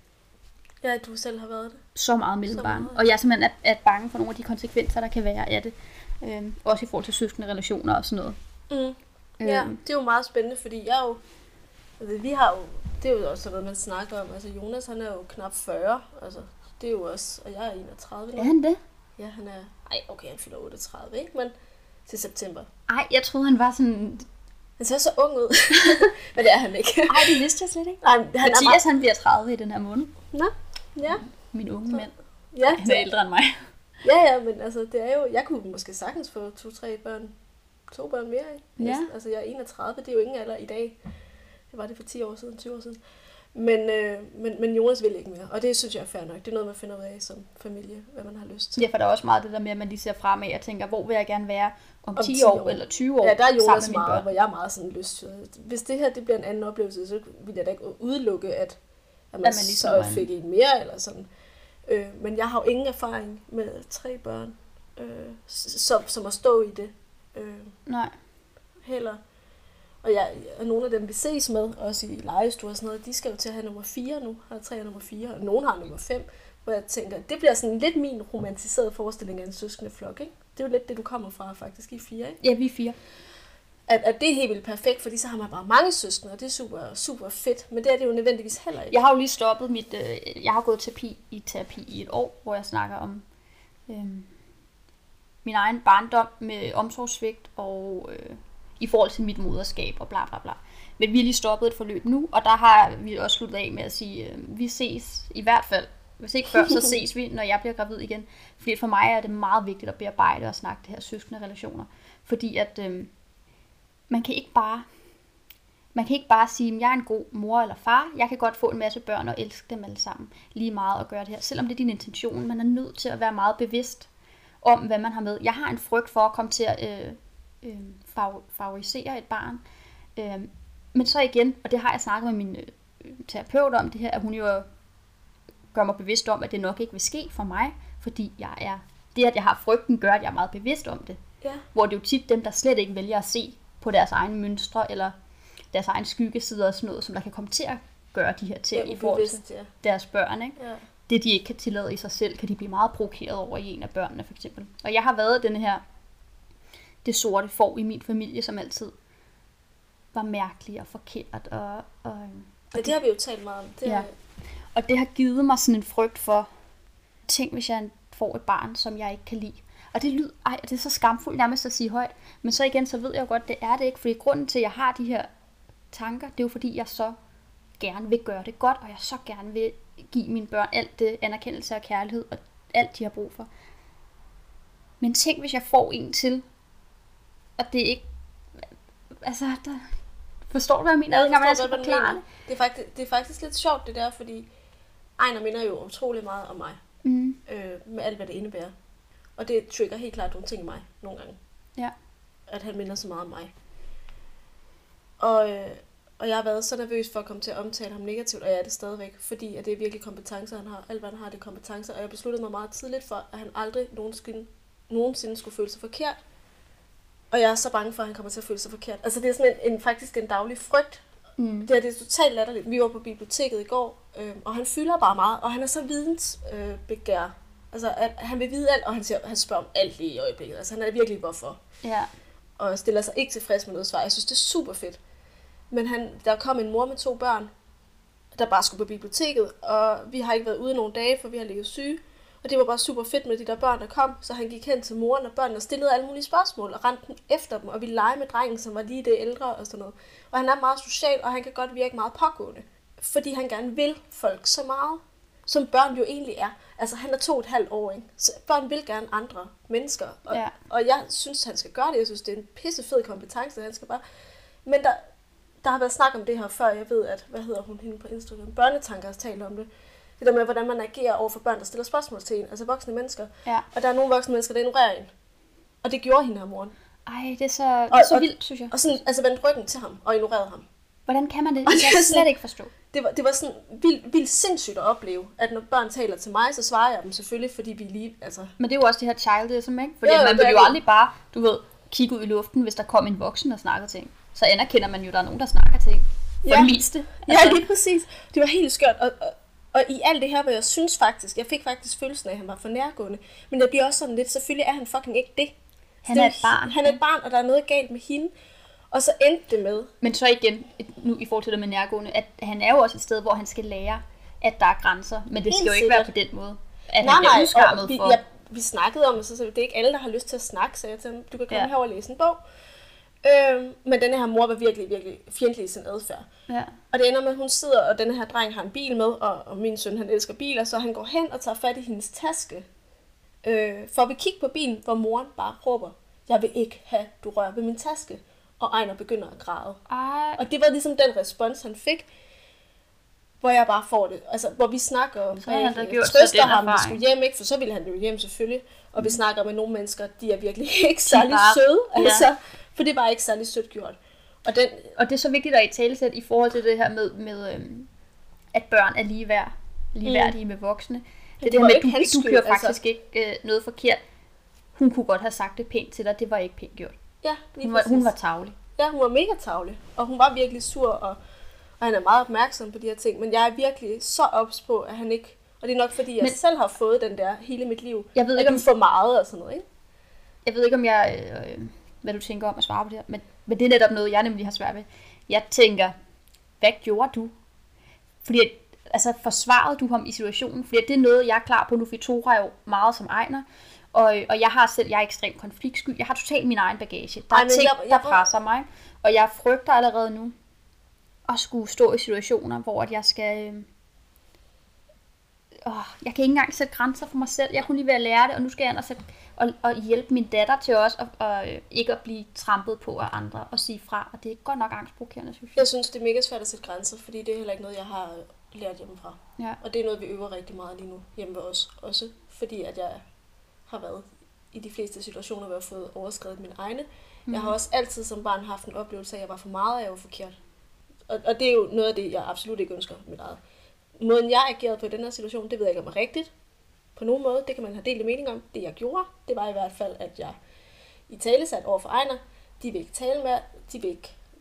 ja, du selv har været det. så meget mellembarn. meget. Og jeg er simpelthen er, er bange for nogle af de konsekvenser, der kan være af det. Øhm, også i forhold til søskende relationer og sådan noget. Mm. Ja, Øhm, det er jo meget spændende, fordi jeg er jo, altså, vi har jo, det er jo også sådan noget, man snakker om. Altså Jonas, han er jo knap fyrre, altså det er jo også, og jeg er enogtredive nu. er han det? Ja, han er, ej okay, han fylder otteogtredive, ikke? Men til september. Ej, jeg troede, han var sådan... Han ser så ung ud, men det er han ikke. Ej, det vidste jeg slet ikke. Nej, han er Mathias, meget... han bliver tredive i den her måned. Nå, ja. Min unge mand. Ja, Han er ældre end mig. ja, ja, men altså, det er jo, jeg kunne måske sagtens få to-tre børn, to børn mere, ikke? Ja. Altså, jeg er enogtredive, det er jo ingen alder i dag. Det var det for ti år siden, tyve år siden. Men, øh, men, men Jonas vil ikke mere, og det synes jeg er fair nok. Det er noget, man finder ud af som familie, hvad man har lyst til. Ja, for der er også meget det der med, at man lige ser fremad og tænker, hvor vil jeg gerne være om, Om ti ti år, år. eller tyve år Ja, der er Jonas sammen med mine meget, børn. hvor jeg er meget sådan lyst. Hvis det her det bliver en anden oplevelse, så vil jeg da ikke udelukke, at, at man, man ligesom så er en- fik en mere, eller sådan. Øh, men jeg har jo ingen erfaring med tre børn, øh, som, som at stå i det. Øh, Nej. heller. Og, jeg, og nogle af dem, vi ses med, også i legestuer og sådan noget, de skal jo til at have nummer fire nu. Har tre og nummer fire, og nogen har nummer fem. Hvor jeg tænker, det bliver sådan lidt min romantiserede forestilling af en søskende flok, ikke? Det er jo lidt det, du kommer fra faktisk i fire, ikke? Ja, vi er fire. At, at det er helt vildt perfekt, fordi så har man bare mange søskende, og det er super, super fedt. Men det er det jo nødvendigvis heller ikke. Jeg har jo lige stoppet mit... Øh, jeg har gået terapi, i terapi i et år, hvor jeg snakker om øh, min egen barndom med omsorgssvigt og øh, i forhold til mit moderskab og bla bla bla. Men vi har lige stoppet et forløb nu, og der har vi også sluttet af med at sige, øh, vi ses i hvert fald. Hvis ikke før, så ses vi, når jeg bliver gravid igen. Fordi for mig er det meget vigtigt at bearbejde og snakke det her søskende relationer. Fordi at øh, man kan ikke bare... Man kan ikke bare sige, at jeg er en god mor eller far. Jeg kan godt få en masse børn og elske dem alle sammen lige meget og gøre det her. Selvom det er din intention, man er nødt til at være meget bevidst om, hvad man har med. Jeg har en frygt for at komme til at øh, øh, favorisere et barn. Øh, men så igen, og det har jeg snakket med min øh, terapeut om det her, at hun jo gør mig bevidst om, at det nok ikke vil ske for mig, fordi jeg er, det, at jeg har frygten, gør, at jeg er meget bevidst om det. Ja. Hvor det er jo tit dem, der slet ikke vælger at se på deres egne mønstre, eller deres egen skyggeside og sådan noget, som der kan komme til at gøre de her ting i forhold til ja. deres børn, ikke? Ja. Det, de ikke kan tillade i sig selv, kan de blive meget provokeret over i en af børnene, for eksempel. Og jeg har været den her, det sorte får i min familie, som altid var mærkelig og forkert. Og, og, og ja, det har vi jo talt meget om. Det ja. er... Og det har givet mig sådan en frygt for, tænk hvis jeg får et barn, som jeg ikke kan lide. Og det lyder, ej, det er så skamfuldt nærmest at sige højt. Men så igen, så ved jeg jo godt, det er det ikke. Fordi grunden til, at jeg har de her tanker, det er jo fordi, jeg så gerne vil gøre det godt, og jeg så gerne vil give mine børn alt det anerkendelse og kærlighed, og alt de har brug for. Men tænk, hvis jeg får en til, og det er ikke, altså, der, forstår du, hvad jeg mener? Ja, jeg jeg forstår godt, hvad du mener. Det er, faktisk, det er faktisk lidt sjovt, det der, fordi Ejner minder jo utrolig meget om mig, mm. øh, med alt, hvad det indebærer. Og det trigger helt klart nogle ting i mig, nogle gange. Ja. At han minder så meget om mig. Og, øh, og jeg har været så nervøs for at komme til at omtale ham negativt, og jeg er det stadigvæk, fordi at det er virkelig kompetencer, han har. Alt, hvad han har, det er kompetencer. Og jeg besluttede mig meget tidligt for, at han aldrig nogensinde, nogensinde skulle føle sig forkert. Og jeg er så bange for, at han kommer til at føle sig forkert. Altså det er sådan en, en faktisk en daglig frygt. Mm. Det, er, det er totalt latterligt. Vi var på biblioteket i går, øh, og han fylder bare meget, og han er så vidensbegær. Øh, altså at han vil vide alt, og han, siger, han spørger om alt lige i øjeblikket. Altså han er virkelig hvorfor. Ja. Og stiller sig ikke tilfreds med noget svar. Jeg synes, det er super fedt. Men han, der kom en mor med to børn, der bare skulle på biblioteket, og vi har ikke været ude nogle dage, for vi har ligget syge. Og det var bare super fedt med de der børn, der kom, så han gik hen til moren og børnene og stillede alle mulige spørgsmål og rendte efter dem, og ville lege med drengen, som var lige det ældre og sådan noget. Og han er meget social, og han kan godt virke meget pågående, fordi han gerne vil folk så meget, som børn jo egentlig er. Altså han er to og et halvt år, ikke? Så børn vil gerne andre mennesker, og, ja. og jeg synes, han skal gøre det. Jeg synes, det er en pissefed kompetence, han skal bare... Men der, der har været snak om det her før, jeg ved, at, hvad hedder hun hende på Instagram? Børnetanker har talt om det. Det der med, hvordan man agerer over for børn, der stiller spørgsmål til en, altså voksne mennesker. Ja. Og der er nogle voksne mennesker, der ignorerer en. Og det gjorde hende her moren. Ej, det er så, det er så og, vildt, synes jeg. Og sådan, altså vendte ryggen til ham og ignorerede ham. Hvordan kan man det? Og Det det kan jeg sådan, slet ikke forstå. Det var, det var sådan vildt, vildt sindssygt at opleve, at når børn taler til mig, så svarer jeg dem selvfølgelig, fordi vi lige, altså... Men det er jo også det her childism, ikke? Fordi jo, man vil jo det. aldrig bare, du ved, kigge ud i luften, hvis der kom en voksen og snakker ting. Så anerkender man jo, at der er nogen, der snakker ting. For ja. det meste. Altså. Ja, lige præcis. Det var helt skørt. Og, og, og i alt det her, hvor jeg synes faktisk, jeg fik faktisk følelsen af, at han var for nærgående. Men det bliver også sådan lidt, selvfølgelig er han fucking ikke det. Han er et barn. Han er et barn, og der er noget galt med hende. Og så endte det med... Men så igen, nu i forhold til det med nærgående, at han er jo også et sted, hvor han skal lære, at der er grænser. Men det skal helt jo ikke sikkert være på den måde, at nej, han bliver nej, udskammet vi, for... Ja, vi snakkede om det, så det er ikke alle, der har lyst til at snakke, så jeg tænkte, du kan komme ja. herover og læse en bog. Øhm, men denne her mor var virkelig, virkelig fjendtlig i sin adfærd. Ja. Og det ender med, at hun sidder, og denne her dreng har en bil med, og, og min søn, han elsker biler, så han går hen og tager fat i hendes taske, øh, for at vi kigge på bilen, hvor moren bare råber, jeg vil ikke have, du rører ved min taske. Og Ejner begynder at græde. Ej. Og det var ligesom den respons, han fik, hvor jeg bare får det. Altså, hvor vi snakker om, så han at jeg trøster ham, vi skulle hjem, ikke? For så ville han jo hjem selvfølgelig. Og mm. vi snakker om, at nogle mennesker, de er virkelig ikke særlig bare, søde. Altså, ja. For det var ikke særlig sødt gjort. Og, den, og det er så vigtigt at i talesæt i forhold til det her med, med øhm, at børn er ligeværd, ligeværdige mm. med voksne. Det, det, det her med, at du, du gjorde faktisk altså. ikke øh, noget forkert. Hun kunne godt have sagt det pænt til dig, det var ikke pænt gjort. Ja, hun, var, hun var tarvelig. Ja, hun var mega tarvelig. Og hun var virkelig sur, og, og han er meget opmærksom på de her ting. Men jeg er virkelig så ops på, at han ikke... Og det er nok, fordi jeg men, selv har fået den der hele mit liv. Jeg ved ikke, om for meget og sådan noget, ikke? Jeg ved ikke, om jeg... Øh, hvad du tænker om at svare på det her. Men, men det er netop noget, jeg nemlig har svært ved. Jeg tænker, hvad gjorde du? Fordi, altså, forsvarede du ham i situationen? Fordi det er noget, jeg er klar på nu, for Tora er jo meget som Ejner. Og, og jeg har selv, jeg er ekstremt konfliktsky. Jeg har totalt min egen bagage. Der er Ej, ting, jeg, jeg, der presser mig. Og jeg frygter allerede nu at skulle stå i situationer, hvor at jeg skal... Øh, åh, jeg kan ikke engang sætte grænser for mig selv. Jeg kunne lige være at lære det, og nu skal jeg ind og, sætte, og, og hjælpe min datter til også, og, og øh, ikke at blive trampet på af andre, og sige fra. Og det er godt nok angstprovokerende, synes jeg. Jeg synes, det er mega svært at sætte grænser, fordi det er heller ikke noget, jeg har lært hjemmefra. Ja. Og det er noget, vi øver rigtig meget lige nu hjemme ved os også. Fordi at jeg har været i de fleste situationer, hvor jeg har fået overskredet mine egne. Mm. Jeg har også altid som barn haft en oplevelse af, at jeg var for meget, og jeg var forkert. Og, og det er jo noget af det, jeg absolut ikke ønsker mit eget. Måden jeg agerede på i den her situation, det ved jeg ikke om er rigtigt. På nogen måde, det kan man have delt mening om. Det jeg gjorde, det var i hvert fald, at jeg i talesat over for Ejner, de vil ikke tale med, de vil ikke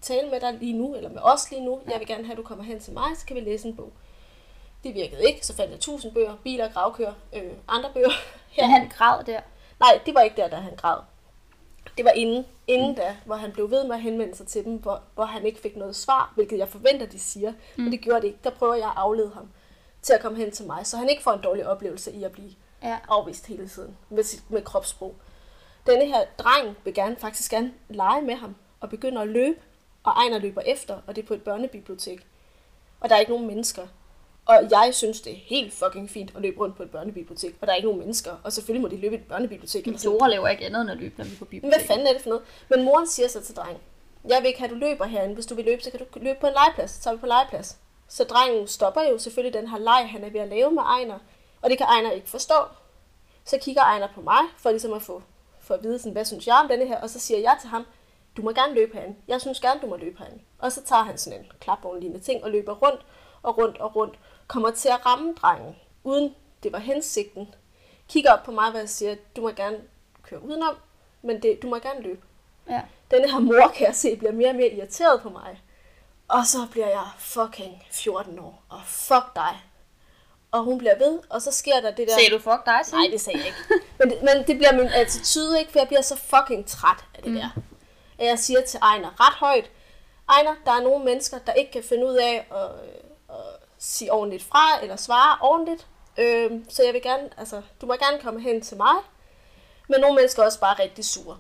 tale med dig lige nu, eller med os lige nu. Jeg vil gerne have, at du kommer hen til mig, så kan vi læse en bog. Det virkede ikke, så fandt jeg tusind bøger, biler, gravkøer, øh, andre bøger. Ja, han græd der. Nej, det var ikke der, da han græd. Det var inden, inden mm. da, hvor han blev ved med at henvende sig til dem, hvor, hvor han ikke fik noget svar, hvilket jeg forventer, de siger. Mm. Men det gjorde det ikke. Der prøver jeg at aflede ham til at komme hen til mig, så han ikke får en dårlig oplevelse i at blive ja. afvist hele tiden med, sit, med kropssprog. Denne her dreng vil gerne, faktisk gerne lege med ham og begynder at løbe, og Ejner løber efter, og det er på et børnebibliotek. Og der er ikke nogen mennesker. Og jeg synes, det er helt fucking fint at løbe rundt på et børnebibliotek, og der er ikke nogen mennesker. Og selvfølgelig må de løbe i et børnebibliotek. Men Dora laver ikke andet end at løbe, når vi er på bibliotek. Hvad fanden er det for noget? Men moren siger så til drengen, jeg vil ikke have, at du løber herinde. Hvis du vil løbe, så kan du løbe på en legeplads. Så tager vi på legeplads. Så drengen stopper jo selvfølgelig den her leg, han er ved at lave med Ejner. Og det kan Ejner ikke forstå. Så kigger Ejner på mig, for ligesom at få for at vide, sådan, hvad synes jeg om denne her. Og så siger jeg til ham, du må gerne løbe herinde. Jeg synes gerne, du må løbe herinde. Og så tager han sådan en klapvogn-lignende ting og løber rundt og rundt og rundt. Kommer til at ramme drengen, uden det var hensigten. Kigger op på mig, hvor jeg siger, du må gerne køre udenom, men det, du må gerne løbe. Ja. Denne her mor, kan jeg se, bliver mere og mere irriteret på mig. Og så bliver jeg fucking fjorten år, og fuck dig. Og hun bliver ved, og så sker der det der... Sagde du fuck dig? Nej, det sagde jeg ikke. Men det, men det bliver min attitude, ikke? For jeg bliver så fucking træt af det mm. der. At jeg siger til Ejner ret højt, Ejner, der er nogle mennesker, der ikke kan finde ud af at, at sige ordentligt fra, eller svare ordentligt. Øhm, så jeg vil gerne, altså, du må gerne komme hen til mig. Men nogle mennesker er også bare rigtig sure.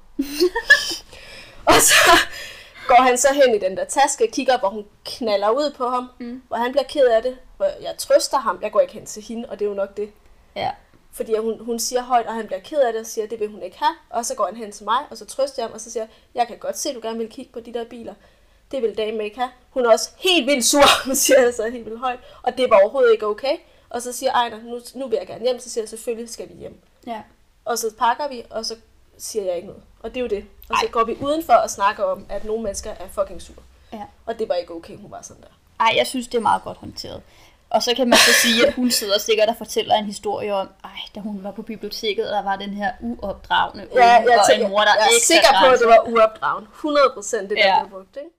Og så går han så hen i den der taske, kigger op, hvor hun knaller ud på ham, mm. hvor han bliver ked af det, hvor jeg trøster ham. Jeg går ikke hen til hende, og det er jo nok det. Ja. Fordi hun, hun siger højt, og han bliver ked af det, og siger, det vil hun ikke have. Og så går han hen til mig, og så trøster jeg ham, og så siger jeg, jeg kan godt se, at du gerne vil kigge på de der biler. Det vil damen ikke have. Hun er også helt vildt sur, siger jeg så helt vildt højt. Og det var overhovedet ikke okay. Og så siger Ejner, nu, nu vil jeg gerne hjem. Så siger jeg, selvfølgelig skal vi hjem. Ja. Og så pakker vi, og så siger jeg ikke noget. Og det er jo det. Og så Ej. går vi udenfor og snakker om, at nogle mennesker er fucking sure. Ja. Og det var ikke okay, hun var sådan der. Ej, jeg synes, det er meget godt håndteret. Og så kan man så sige, at hun sidder sikkert og fortæller en historie om, ej, da hun var på biblioteket, og der var den her uopdragende unge, ja, jeg og tænker, en mor, der jeg er ikke sikker på, at det var uopdragende. hundrede procent det, der ja. blev brugt, ikke?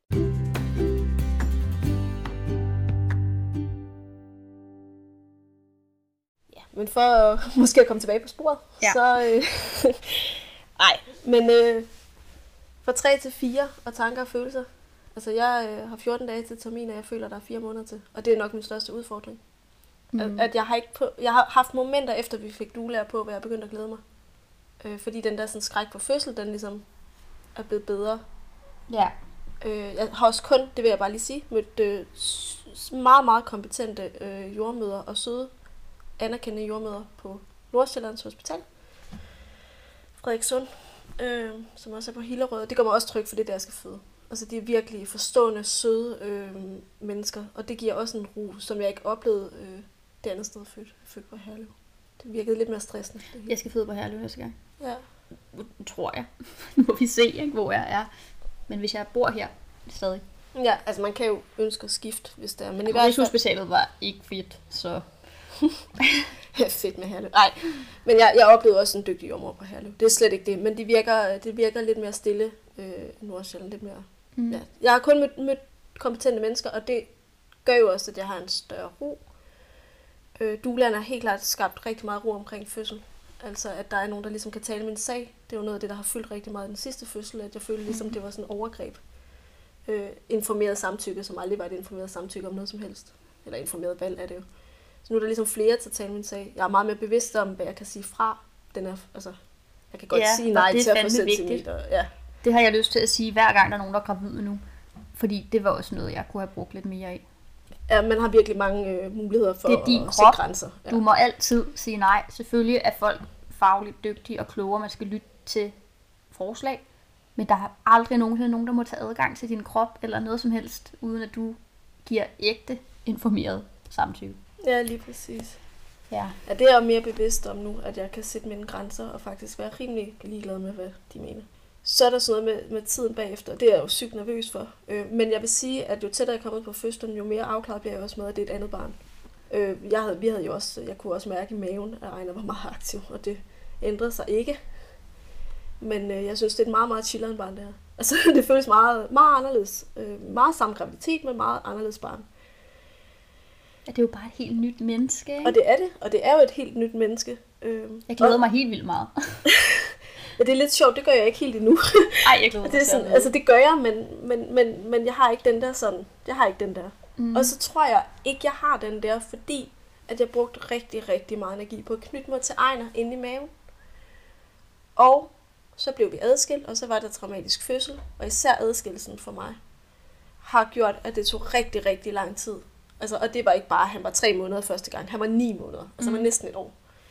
Ja, men for at, måske at komme tilbage på sporet, ja. så... Øh, ej, men øh, fra tre til fire og tanker og følelser. Altså, jeg øh, har fjorten dage til termin, og jeg føler, der er fire måneder til. Og det er nok min største udfordring. Mm. At, at jeg har ikke på, jeg har haft momenter, efter vi fik duelærer på, hvor jeg begyndte at glæde mig. Øh, fordi den der sådan, skræk på fødsel, den ligesom er blevet bedre. Ja. Øh, jeg har også kun, det vil jeg bare lige sige, mødt øh, meget, meget kompetente øh, jordmødre og søde, anerkendte jordmødre på Nordsjællands Hospital. Frederikssund, øh, som også er på Hillerød. Det gør mig også tryg for det, der jeg skal føde. Altså, de er virkelig forstående, søde øh, mennesker, og det giver også en ro, som jeg ikke oplevede øh, det andet sted født, født på Herlev. Det virkede lidt mere stressende. Jeg skal føde på Herlev næste gang. Ja. Tror jeg. Nu må vi se, ikke, hvor jeg er. Men hvis jeg bor her, stadig. Ja, altså man kan jo ønske at skifte, hvis det er. Men i Rigshospitalet var ikke fedt, så... Fedt med Herlev. Nej, men jeg, jeg oplevede også en dygtig jordmor på Herlev. Det er slet ikke det, men det virker, det virker lidt mere stille øh, Nordsjælland, lidt mere. Mm. Ja. Jeg har kun mødt, mødt kompetente mennesker, og det gør jo også, at jeg har en større ro. Øh, Duelærerne har helt klart skabt rigtig meget ro omkring fødsel. Altså, at der er nogen, der ligesom kan tale min sag. Det er jo noget af det, der har fyldt rigtig meget i den sidste fødsel, at jeg følte ligesom, det var sådan en overgreb. Øh, informeret samtykke, som aldrig var et informeret samtykke om noget som helst. Eller informeret valg er det jo. Så nu er der ligesom flere til at tale min sag. Jeg er meget mere bevidst om, hvad jeg kan sige fra. Den er, altså, jeg kan godt ja, sige nej til at få centimeter. Ja. Det har jeg lyst til at sige, hver gang der er nogen, der er gravide nu. Fordi det var også noget, jeg kunne have brugt lidt mere af. Ja, man har virkelig mange øh, muligheder for det er din at krop. sætte grænser. Ja. Du må altid sige nej. Selvfølgelig er folk fagligt dygtige og kloge, man skal lytte til forslag. Men der er aldrig nogensinde nogen, der må tage adgang til din krop eller noget som helst, uden at du giver ægte informeret samtykke. Ja, lige præcis. Ja. Ja, det er jeg mere bevidst om nu, at jeg kan sætte mine grænser og faktisk være rimelig ligeglad med, hvad de mener. Så er der sådan noget med, med tiden bagefter, det er jeg jo sygt nervøs for. Øh, men jeg vil sige, at jo tættere jeg er kommet på fødslen, jo mere afklaret bliver jeg også med, at det er et andet barn. Øh, jeg, havde, vi havde jo også, jeg kunne også mærke i maven, at Ejner var meget aktiv, og det ændrede sig ikke. Men øh, jeg synes, det er et meget, meget chilleren barn der. Altså, det føles meget, meget anderledes. Øh, meget samme graviditet, men meget anderledes barn. Ja, det er jo bare et helt nyt menneske, ikke? Og det er det, og det er jo et helt nyt menneske. Øh, Jeg glæder og, mig helt vildt meget. ja, det er lidt sjovt, det gør jeg ikke helt endnu. Ej, jeg glæder mig det er sådan, altså det gør jeg, men, men, men, men jeg har ikke den der sådan, jeg har ikke den der. Mm. Og så tror jeg ikke, jeg har den der, fordi at jeg brugte rigtig, rigtig meget energi på at knytte mig til Ejner inde i maven. Og så blev vi adskilt, og så var der traumatisk fødsel, og især adskillelsen for mig har gjort, at det tog rigtig, rigtig lang tid. Altså, og det var ikke bare, at han var tre måneder første gang, han var ni måneder, altså mm. han var næsten et år.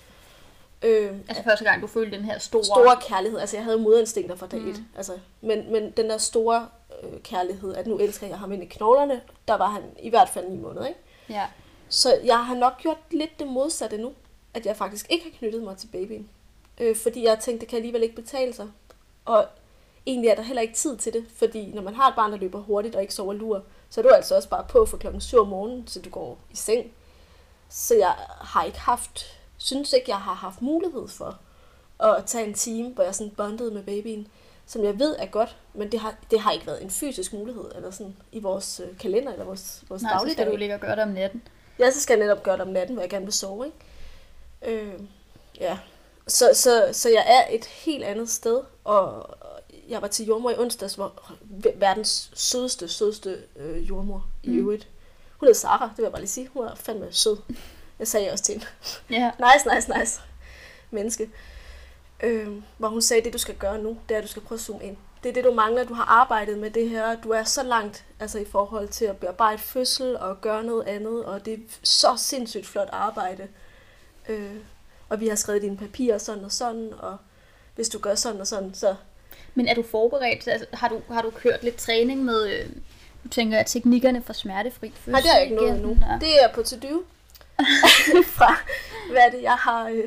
Øh, altså første gang, du følte den her store... Store kærlighed, altså jeg havde modinstinkter fra dag et, mm. altså, men, men den der store øh, kærlighed, at nu elsker jeg ham ind i knoglerne, der var han i hvert fald ni måneder, ikke? Ja. Så jeg har nok gjort lidt det modsatte nu, at jeg faktisk ikke har knyttet mig til babyen. Øh, fordi jeg tænkte, det kan alligevel ikke betale sig. Og egentlig er der heller ikke tid til det, fordi når man har et barn, der løber hurtigt og ikke sover lur, så er du altså også bare på for klokken syv om morgenen, så du går i seng. Så jeg har ikke haft, synes ikke, jeg har haft mulighed for at tage en time, hvor jeg sådan bondede med babyen, som jeg ved er godt, men det har, det har ikke været en fysisk mulighed, eller sådan i vores øh, kalender, eller vores, vores Nej, dagligdag. så skal du ligge og gøre det om natten. Ja, så skal jeg netop gøre det om natten, hvor jeg gerne vil sove, ikke? Øh, ja. Så, så, så jeg er et helt andet sted, og jeg var til jordmor i onsdags, hvor verdens sødeste, sødeste øh, jordmor i mm. øvrigt. Hun hed Sarah, det vil jeg bare lige sige. Hun var fandme sød. Jeg sagde også til hende. Yeah. Nice, nice, nice menneske. Øh, hvor hun sagde, det du skal gøre nu, det er, at du skal prøve at zoome ind. Det er det, du mangler. Du har arbejdet med det her. Du er så langt altså i forhold til at bearbejde fødsel og gøre noget andet, og det er så sindssygt flot arbejde. Øh, og vi har skrevet dine papirer sådan og sådan, og hvis du gør sådan og sådan, så... Men er du forberedt? Altså, har, du, har du kørt lidt træning med, øh, du tænker, at teknikkerne for smertefri fødsel? Nej, det er ikke noget endnu. Ja. Det er på to-do. Fra, hvad er det, jeg har... Øh,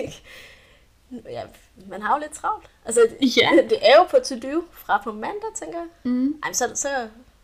ja, man har jo lidt travlt. Altså, ja. Det er jo på to-do fra på mandag, tænker jeg. Mm. Ej, så, så...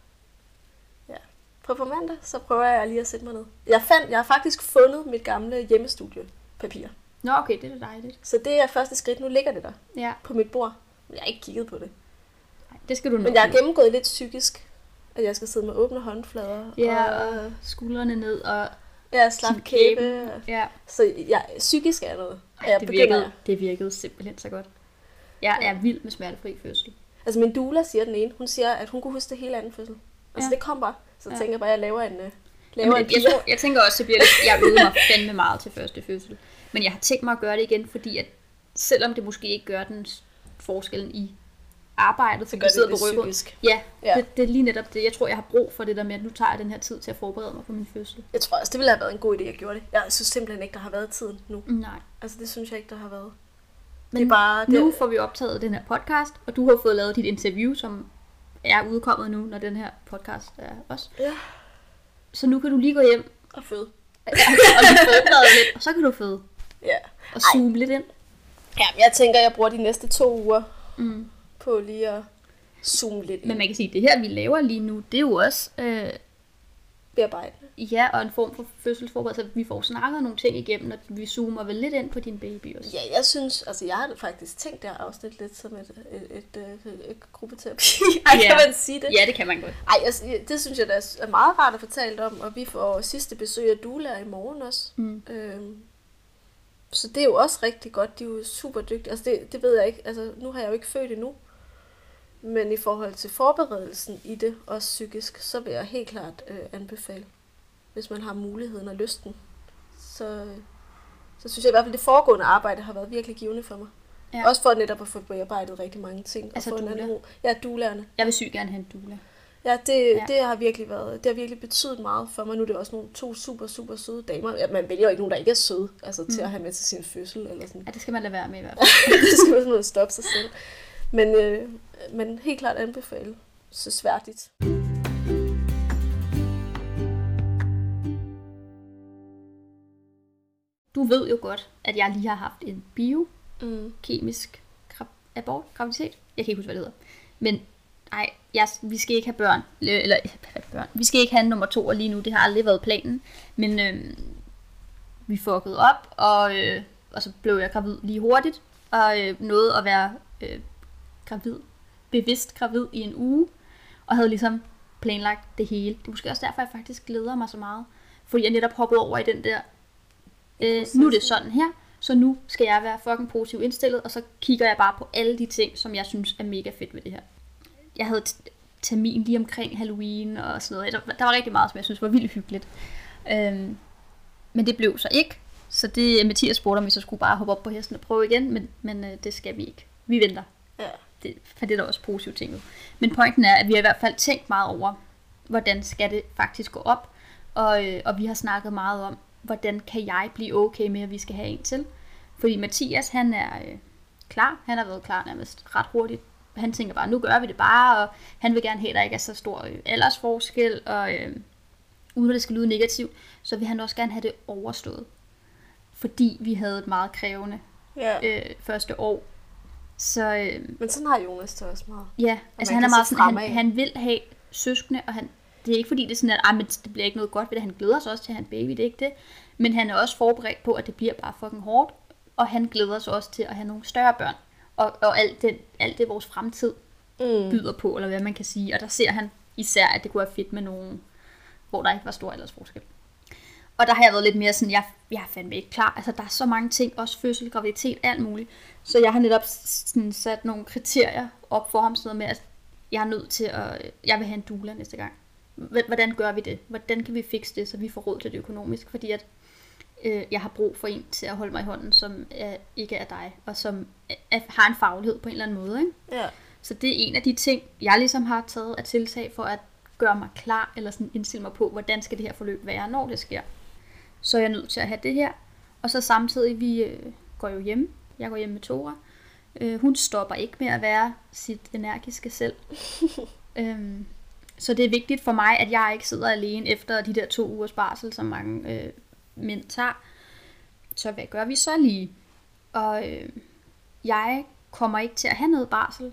Ja, på på mandag, så prøver jeg lige at sætte mig ned. Jeg, fandt, jeg har faktisk fundet mit gamle hjemmestudie-papir. Nå, okay, det er da dejligt. Så det er første skridt. Nu ligger det der ja. på mit bord. Men jeg har ikke kigget på det. Nej, det skal du nok. Men jeg har gennemgået lidt psykisk, at jeg skal sidde med åbne håndflader. Ja, og, og skuldrene ned og... Ja, slap kæbe. Ja. Så jeg, psykisk er noget. Ej, det, virkede, det virkede simpelthen så godt. Jeg er vild med smertefri fødsel. Altså min doula siger den ene. Hun siger, at hun kunne huske det hele anden fødsel. Altså ja. Det kom bare. Så ja. tænker jeg bare, at jeg laver en... Uh, laver Jamen, en jeg, tror, jeg tænker også, at jeg øvede mig fandme meget til første fødsel. Men jeg har tænkt mig at gøre det igen, fordi at selvom det måske ikke gør den forskellen i arbejdet, så gør det, det på psykisk. Ja, ja. Det, det er lige netop det. Jeg tror, jeg har brug for det der med, at nu tager jeg den her tid til at forberede mig på min fødsel. Jeg tror også, det ville have været en god idé, at gøre det. Jeg synes simpelthen ikke, der har været tiden nu. Nej. Altså, det synes jeg ikke, der har været. Men det er bare, nu det... får vi optaget den her podcast, og du har fået lavet dit interview, som er udkommet nu, når den her podcast er også. Ja. Så nu kan du lige gå hjem og føde. Ja, og lige forberede lidt, og så kan du føde. Ja. Og zoome Ej. lidt ind. Ja, jeg tænker, jeg bruger de næste to uger mm. på lige at zoome lidt ind. Men man kan sige, at det her, vi laver lige nu, det er jo også... Øh, bearbejdende. Ja, og en form for fødselsforberedelse. Vi får snakket nogle ting igennem, og vi zoomer vel lidt ind på din baby også. Ja, jeg synes, altså jeg har faktisk tænkt det her afsnit lidt som et, et, et, et, et, et gruppeterapi. Ej, ja. Kan man sige det? Ja, det kan man godt. Ej, altså, det synes jeg, der er meget rart at fortælle om, og vi får sidste besøg af doula i morgen også. Mm. Øhm, så det er jo også rigtig godt, de er jo super dygtige. Altså det, det ved jeg ikke, altså nu har jeg jo ikke født endnu. Men i forhold til forberedelsen i det, også psykisk, så vil jeg helt klart øh, anbefale, hvis man har muligheden og lysten. Så, så synes jeg i hvert fald, det foregående arbejde har været virkelig givende for mig. Ja. Også for netop at få bearbejdet rigtig mange ting. Altså og få doula? En anden, ja, doulaerne. Jeg vil sygt gerne have en doula. Ja, det, ja. det har virkelig været, det har virkelig betydet meget for mig. Nu er det også nogle to super, super søde damer. Ja, man vælger jo ikke nogen, der ikke er søde, altså mm. til at have med til sin fødsel. Eller sådan. Ja, det skal man lade være med i hvert fald. Det skal man sådan noget stoppe sig selv. Men, øh, men helt klart anbefale. Så sværdigt. Du ved jo godt, at jeg lige har haft en biokemisk mm. abort, graviditet. Jeg kan ikke huske, hvad det hedder. Men nej, jeg, vi skal ikke have børn. Eller børn. Vi skal ikke have nummer to lige nu. Det har aldrig været planen. Men øh, vi fuckede op, og, øh, og så blev jeg gravid lige hurtigt. Og øh, nåede at være øh, gravid bevidst gravid i en uge, og havde ligesom planlagt det hele. Det er måske også derfor, jeg faktisk glæder mig så meget. Fordi jeg netop hoppede over i den der, øh, nu er det sådan her, så nu skal jeg være fucking positiv indstillet, og så kigger jeg bare på alle de ting, som jeg synes er mega fedt ved det her. Jeg havde t- termin lige omkring Halloween og sådan noget. Der, der var rigtig meget, som jeg synes var vildt hyggeligt. Øhm, men det blev så ikke. Så det Mathias spurgte, om vi så skulle bare hoppe op på hesten og prøve igen, men, men øh, det skal vi ikke. Vi venter. Ja. Det, for det er der også positive ting. Men pointen er, at vi har i hvert fald tænkt meget over, hvordan skal det faktisk gå op. Og, øh, og vi har snakket meget om, hvordan kan jeg blive okay med, at vi skal have en til. Fordi Mathias, han er øh, klar. Han har været klar nærmest ret hurtigt. Han tænker bare, nu gør vi det bare, og han vil gerne have, at der ikke er så stor øh, aldersforskel, og øh, uden at det skal lyde negativt, så vil han også gerne have det overstået. Fordi vi havde et meget krævende ja. øh, første år. Så, øh, Men sådan har Jonas det også meget. Ja, altså han er meget sådan, han, han vil have søskende, og han, det er ikke fordi det er sådan, at ah, men det bliver ikke noget godt ved det, han glæder sig også til at have en baby, det er ikke det. Men han er også forberedt på, at det bliver bare fucking hårdt, og han glæder sig også til at have nogle større børn. Og, og alt, det, alt det vores fremtid mm. byder på, eller hvad man kan sige. Og der ser han især, at det kunne være fedt med nogen, hvor der ikke var stor aldersforskel. Og der har jeg været lidt mere sådan, jeg, jeg er fandme ikke klar. Altså der er så mange ting, også fødsel, graviditet, alt muligt. Så jeg har netop sådan sat nogle kriterier op for ham, sådan noget med, at jeg er nødt til at, jeg vil have en doula næste gang. Hvordan gør vi det? Hvordan kan vi fikse det, så vi får råd til det økonomisk? Fordi at øh, jeg har brug for en til at holde mig i hånden, som er, ikke er dig, og som er, har en faglighed på en eller anden måde. Ikke? Ja. Så det er en af de ting, jeg ligesom har taget af tiltag for at gøre mig klar, eller sådan indstille mig på, hvordan skal det her forløb være, når det sker. Så er jeg nødt til at have det her. Og så samtidig, vi øh, går jo hjem. Jeg går hjem med Tora. Øh, hun stopper ikke med at være sit energiske selv. øhm, så det er vigtigt for mig, at jeg ikke sidder alene efter de der to ugers barsel, som mange øh, mænd tager. Så hvad gør vi så lige? Og øh, jeg kommer ikke til at have noget barsel,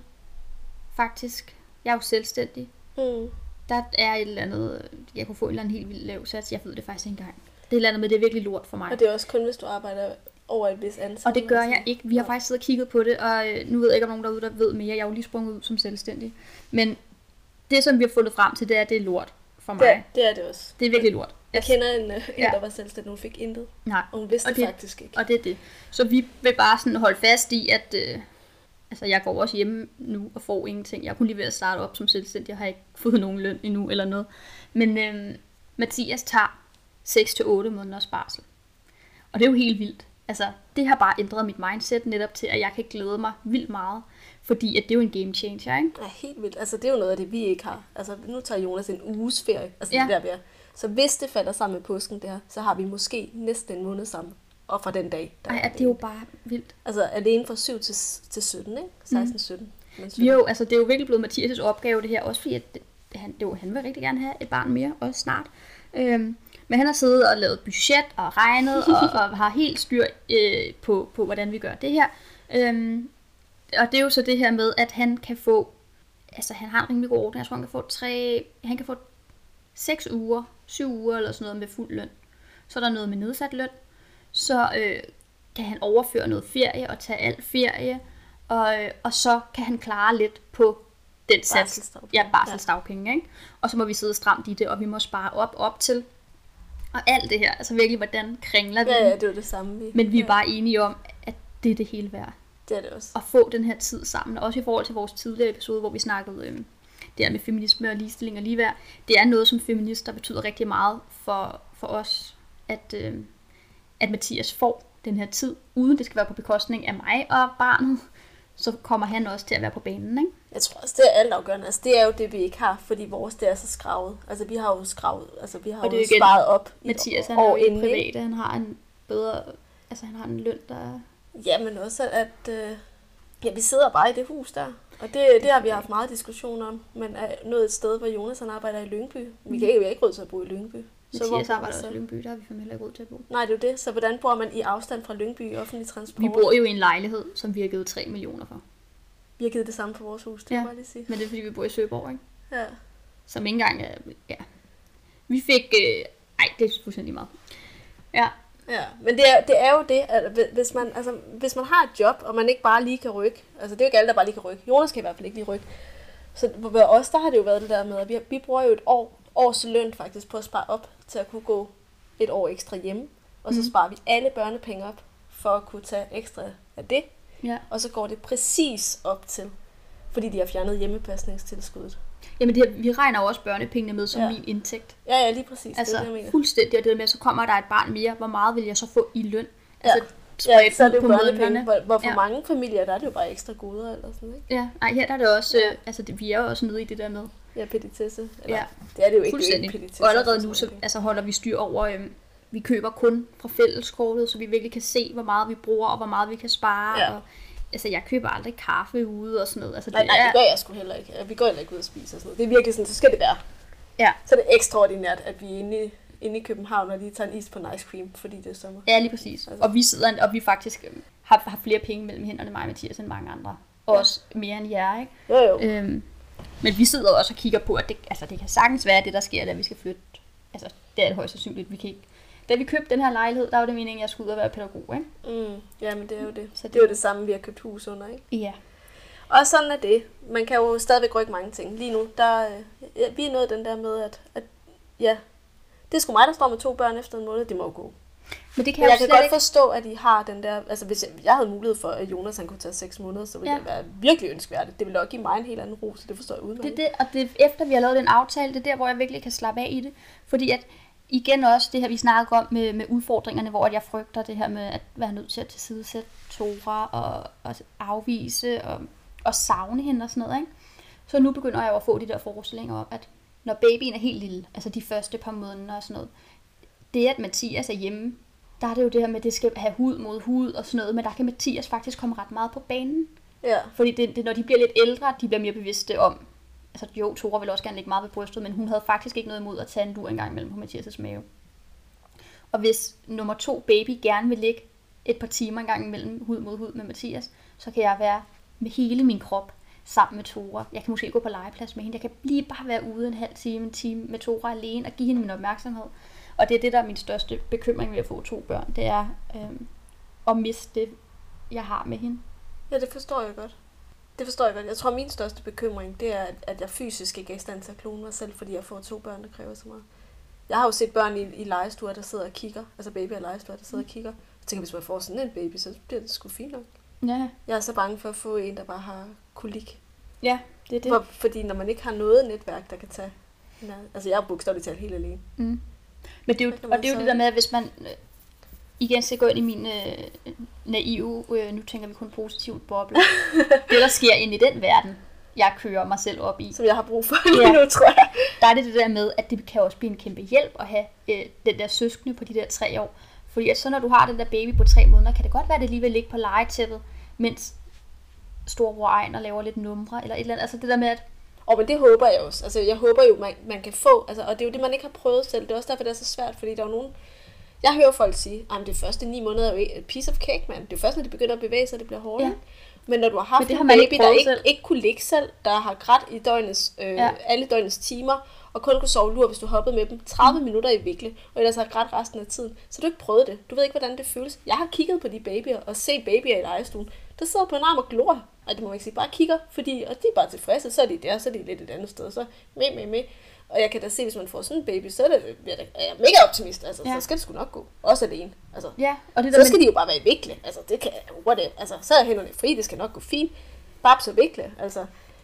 faktisk. Jeg er jo selvstændig. Mm. Der er et eller andet, jeg kunne få en eller anden helt vild lav sats. Jeg ved det faktisk ikke engang. Det er et eller andet med, det er virkelig lort for mig. Og det er også kun, hvis du arbejder over et vis antal. Og det gør jeg ikke. Vi har faktisk siddet og kigget på det, og nu ved jeg ikke, om nogen derude, der ved mere. Jeg er jo lige sprunget ud som selvstændig. Men det, som vi har fundet frem til, det er, at det er lort for mig. Det, det er det også. Det er virkelig lort. Jeg kender en, en ja. der var selvstændig, hun fik intet. Nej. Og hun vidste og det faktisk ikke. Og det er det. Så vi vil bare sådan holde fast i, at øh, altså jeg går også hjemme nu og får ingenting. Jeg er kun lige ved at starte op som selvstændig. Jeg har ikke fået nogen løn endnu eller noget. Men øh, Mathias tager seks til otte måneders barsel. Og det er jo helt vildt. Altså, det har bare ændret mit mindset netop til, at jeg kan glæde mig vildt meget. Fordi at det er jo en game changer, ikke? Ja, helt vildt. Altså, det er jo noget af det, vi ikke har. Altså, nu tager Jonas en uges ferie. Altså, ja. det der, vi er. Så hvis det falder sammen med påsken der, så har vi måske næsten en måned sammen. Og fra den dag. Der Ej, er det er jo bare vildt. Altså, alene fra syv til, til sytten, ikke? seksten sytten. Mm. Jo, altså, det er jo virkelig blevet Mathias' opgave, det her. Også fordi, at det, han, det jo, han vil rigtig gerne have et barn mere, også snart. Øhm, Men han har siddet og lavet budget og regnet og, og har helt styr øh, på, på, hvordan vi gør det her. Øhm, og det er jo så det her med, at han kan få, altså han har en rimelig god ordning, jeg tror han kan få tre, han kan få seks uger, syv uger eller sådan noget med fuld løn. Så er der noget med nedsat løn. Så øh, kan han overføre noget ferie og tage al ferie, og, øh, og så kan han klare lidt på den sats. Ja, barselsdagpenge, ikke? Og så må vi sidde stramt i det, og vi må spare op, op til. Og alt det her, altså virkelig, hvordan kringler vi. Ja, ja, det er det samme. Vi. Men vi er ja. bare enige om, at det er det hele værd. Det er det også. At få den her tid sammen. Og også i forhold til vores tidligere episode, hvor vi snakkede øhm, det her med feminisme og ligestilling og ligeværd. Det er noget, som feminister betyder rigtig meget for, for os, at, øhm, at Mathias får den her tid, uden det skal være på bekostning af mig og barnet. Så kommer han også til at være på banen, ikke? Jeg tror også, det er altafgørende. Altså, det er jo det, vi ikke har, fordi vores, det er så skravet. Altså, vi har jo skravet, altså, vi har jo igen, sparet op. Mathias, han er jo ikke privat, han har en bedre, altså, han har en løn, der... Ja, men også, at øh, ja, vi sidder bare i det hus der. Og det, det har vi haft meget diskussion om. Men er nået et sted, hvor Jonas han arbejder i Lyngby. Vi kan ikke, vi har ikke råd til at bo i Lyngby. Mathias arbejder også i Lyngby, der har vi familie råd til at bo. Nej, det er jo det. Så hvordan bor man i afstand fra Lyngby i offentlig transport? Vi bor jo i en lejlighed, som vi har givet tre millioner for. Vi har givet det samme for vores hus, det ja, må jeg lige sige. Men det er fordi, vi bor i Søborg, ikke? Ja. Som ikke engang, ja. Vi fik, øh, ej, det er fuldstændig meget. Ja. Ja, men det er, det er jo det, at hvis man, altså, hvis man har et job, og man ikke bare lige kan rykke, altså det er jo ikke alle, der bare lige kan rykke, Jonas kan i hvert fald ikke lige rykke, Så ved os, der har det jo været det der med, at vi, vi bruger jo et år, års løn faktisk på at spare op til at kunne gå et år ekstra hjemme. Og så Mm. sparer vi alle børnepenge op for at kunne tage ekstra af det. Ja. Og så går det præcis op til, fordi de har fjernet hjemmepasningstilskuddet. Jamen det her, vi regner jo også børnepengene med som Ja. min indtægt. Ja, ja, lige præcis. Altså det er det, jeg mener. fuldstændig, og det der med, så kommer der et barn mere, hvor meget vil jeg så få i løn? Ja. Altså Ja, spredt så er ud det jo på børnepenge. månederne. Hvor, hvor for Ja. mange familier, der er det jo bare ekstra goder eller sådan, ikke? Ja, ej, her der er det også, Ja. øh, altså det, vi er jo også nede i det der med. Ja, petitesse. Eller, Ja, det er det jo ikke. Det er jo fuldstændig. ikke petitesse. Og allerede altså, nu, så sådan, altså, holder vi styr over, øhm, vi køber kun fra fælleskortet, så vi virkelig kan se, hvor meget vi bruger, og hvor meget vi kan spare. Ja. Og, altså, jeg køber aldrig kaffe ude og sådan noget. Altså, det Nej, nej, er, det gør jeg sgu heller ikke. Vi går heller ikke ud og spiser og sådan noget. Det er virkelig sådan, så skal det være. Ja. Så er det ekstraordinært, at vi er inde i, inde i København og lige tager en is på en ice cream, fordi det er sommer. Ja, lige præcis. Altså. Og vi sidder, og vi faktisk øhm, har, har flere penge mellem hænderne, mig og Mathias, end mange andre. Og også mere end jer, ikke? Jo, jo. Øhm, men vi sidder også og kigger på, at det, altså, det kan sagtens være, det der sker, da vi skal flytte. Altså, det er det højst sandsynligt, vi kan ikke. Da vi købte den her lejlighed, der var det meningen, at jeg skulle ud og være pædagog, ikke? Mm, ja, men det er jo det. Så Det det- er jo det samme, vi har købt hus under, ikke? Ja. Og sådan er det. Man kan jo stadigvæk rykke mange ting. Lige nu, der, ja, vi er nået den der med, at, at ja, det er sgu mig, der står med to børn efter en måned. Det må jo gå. Men det kan Men jeg, jeg jo kan slet godt ikke. forstå, at I har den der... Altså, hvis jeg, jeg havde mulighed for, at Jonas han kunne tage seks måneder, så ville Ja. det være virkelig ønskværdigt. Det ville også give mig en helt anden ro, så det forstår jeg udmærket. Det er det, og det er efter vi har lavet den aftale, det er der, hvor jeg virkelig kan slappe af i det. Fordi at, igen også det her, vi snakkede om med, med udfordringerne, hvor at jeg frygter det her med at være nødt til at tilsidesætte Tora og, og afvise og, og savne hende og sådan noget, ikke? Så nu begynder jeg jo at få de der forestillinger om, at når babyen er helt lille, altså de første par måneder og sådan noget, det at Mathias er hjemme, der er det jo det her med, at det skal have hud mod hud og sådan noget, men der kan Mathias faktisk komme ret meget på banen. Ja. Fordi det, det, når de bliver lidt ældre, de bliver mere bevidste om, altså jo, Tora ville også gerne ligge meget ved brystet, men hun havde faktisk ikke noget imod at tage en lur en gang imellem på Mathias' mave. Og hvis nummer to baby gerne vil ligge et par timer en gang imellem hud mod hud med Mathias, så kan jeg være med hele min krop sammen med Tora. Jeg kan måske gå på legeplads med hende. Jeg kan lige bare være ude en halv time, en time med Tora alene og give hende min opmærksomhed. Og det er det, der er min største bekymring ved at få to børn. Det er øhm, at miste det, jeg har med hende. Ja, det forstår jeg godt. Det forstår jeg godt. Jeg tror, min største bekymring, det er, at jeg fysisk ikke er i stand til at klone mig selv, fordi jeg får to børn, der kræver så meget. Jeg har jo set børn i, i legestuer, der sidder og kigger. Altså babyer i legestuer, der sidder og kigger. Jeg tænker, hvis man får sådan en baby, så bliver det sgu fint nok. Ja, Jeg er så bange for at få en, der bare har kolik. ja det er det. For, fordi når man ikke har noget netværk, der kan tage... Nej, altså jeg er bogstaveligt talt helt alene. Mm. Men det er jo, Hvad kan og man det er jo så- det der med, at hvis man øh, igen skal gå ind i min øh, naive, øh, nu tænker vi kun positivt boble, det der sker ind i den verden, jeg kører mig selv op i, Som jeg har brug for lige Ja. nu, tror jeg. der er det det der med, at det kan også blive en kæmpe hjælp at have øh, den der søskende på de der tre år. Fordi at så når du har den der baby på tre måneder, kan det godt være, at det lige vil ligge på legetæppet, mens storbror Ejner laver lidt numre, eller et eller andet. Altså det der med, at Og men det håber jeg også. Altså jeg håber jo, man, man kan få, altså, og det er jo det, man ikke har prøvet selv. Det er også derfor, det er så svært, fordi der er jo nogen... Jeg hører folk sige, at det første ni måneder er jo et piece of cake, man. Det er først, når de begynder at bevæge sig, det bliver hårdt. Ja. Ja. Men når du har haft Men det en har man baby, ikke der prøvet ikke, selv. ikke kunne ligge selv, der har grædt i døgnets, øh, Ja. ja. alle døgnets timer, og kun kunne sove lur, hvis du hoppede med dem tredive minutter i vikle, og ellers har grædt resten af tiden. Så du har ikke prøvet det. Du ved ikke, hvordan det føles. Jeg har kigget på de babyer og set babyer i legestuen. Der sidder på en arm og glor. Og det må man ikke sige, bare kigger, fordi og de er bare tilfredse, så er de der, så er de lidt et andet sted, så med, med, med. Og jeg kan da se, hvis man får sådan en baby, så er, det, er jeg mega optimist, altså, Ja. så skal det sgu nok gå. Også alene. Altså, ja, og det der så med, skal de jo bare være i vikle. Altså, det kan, whatever. Altså, så er hænderne fri, det skal nok gå fint. Babs og vikle. Altså,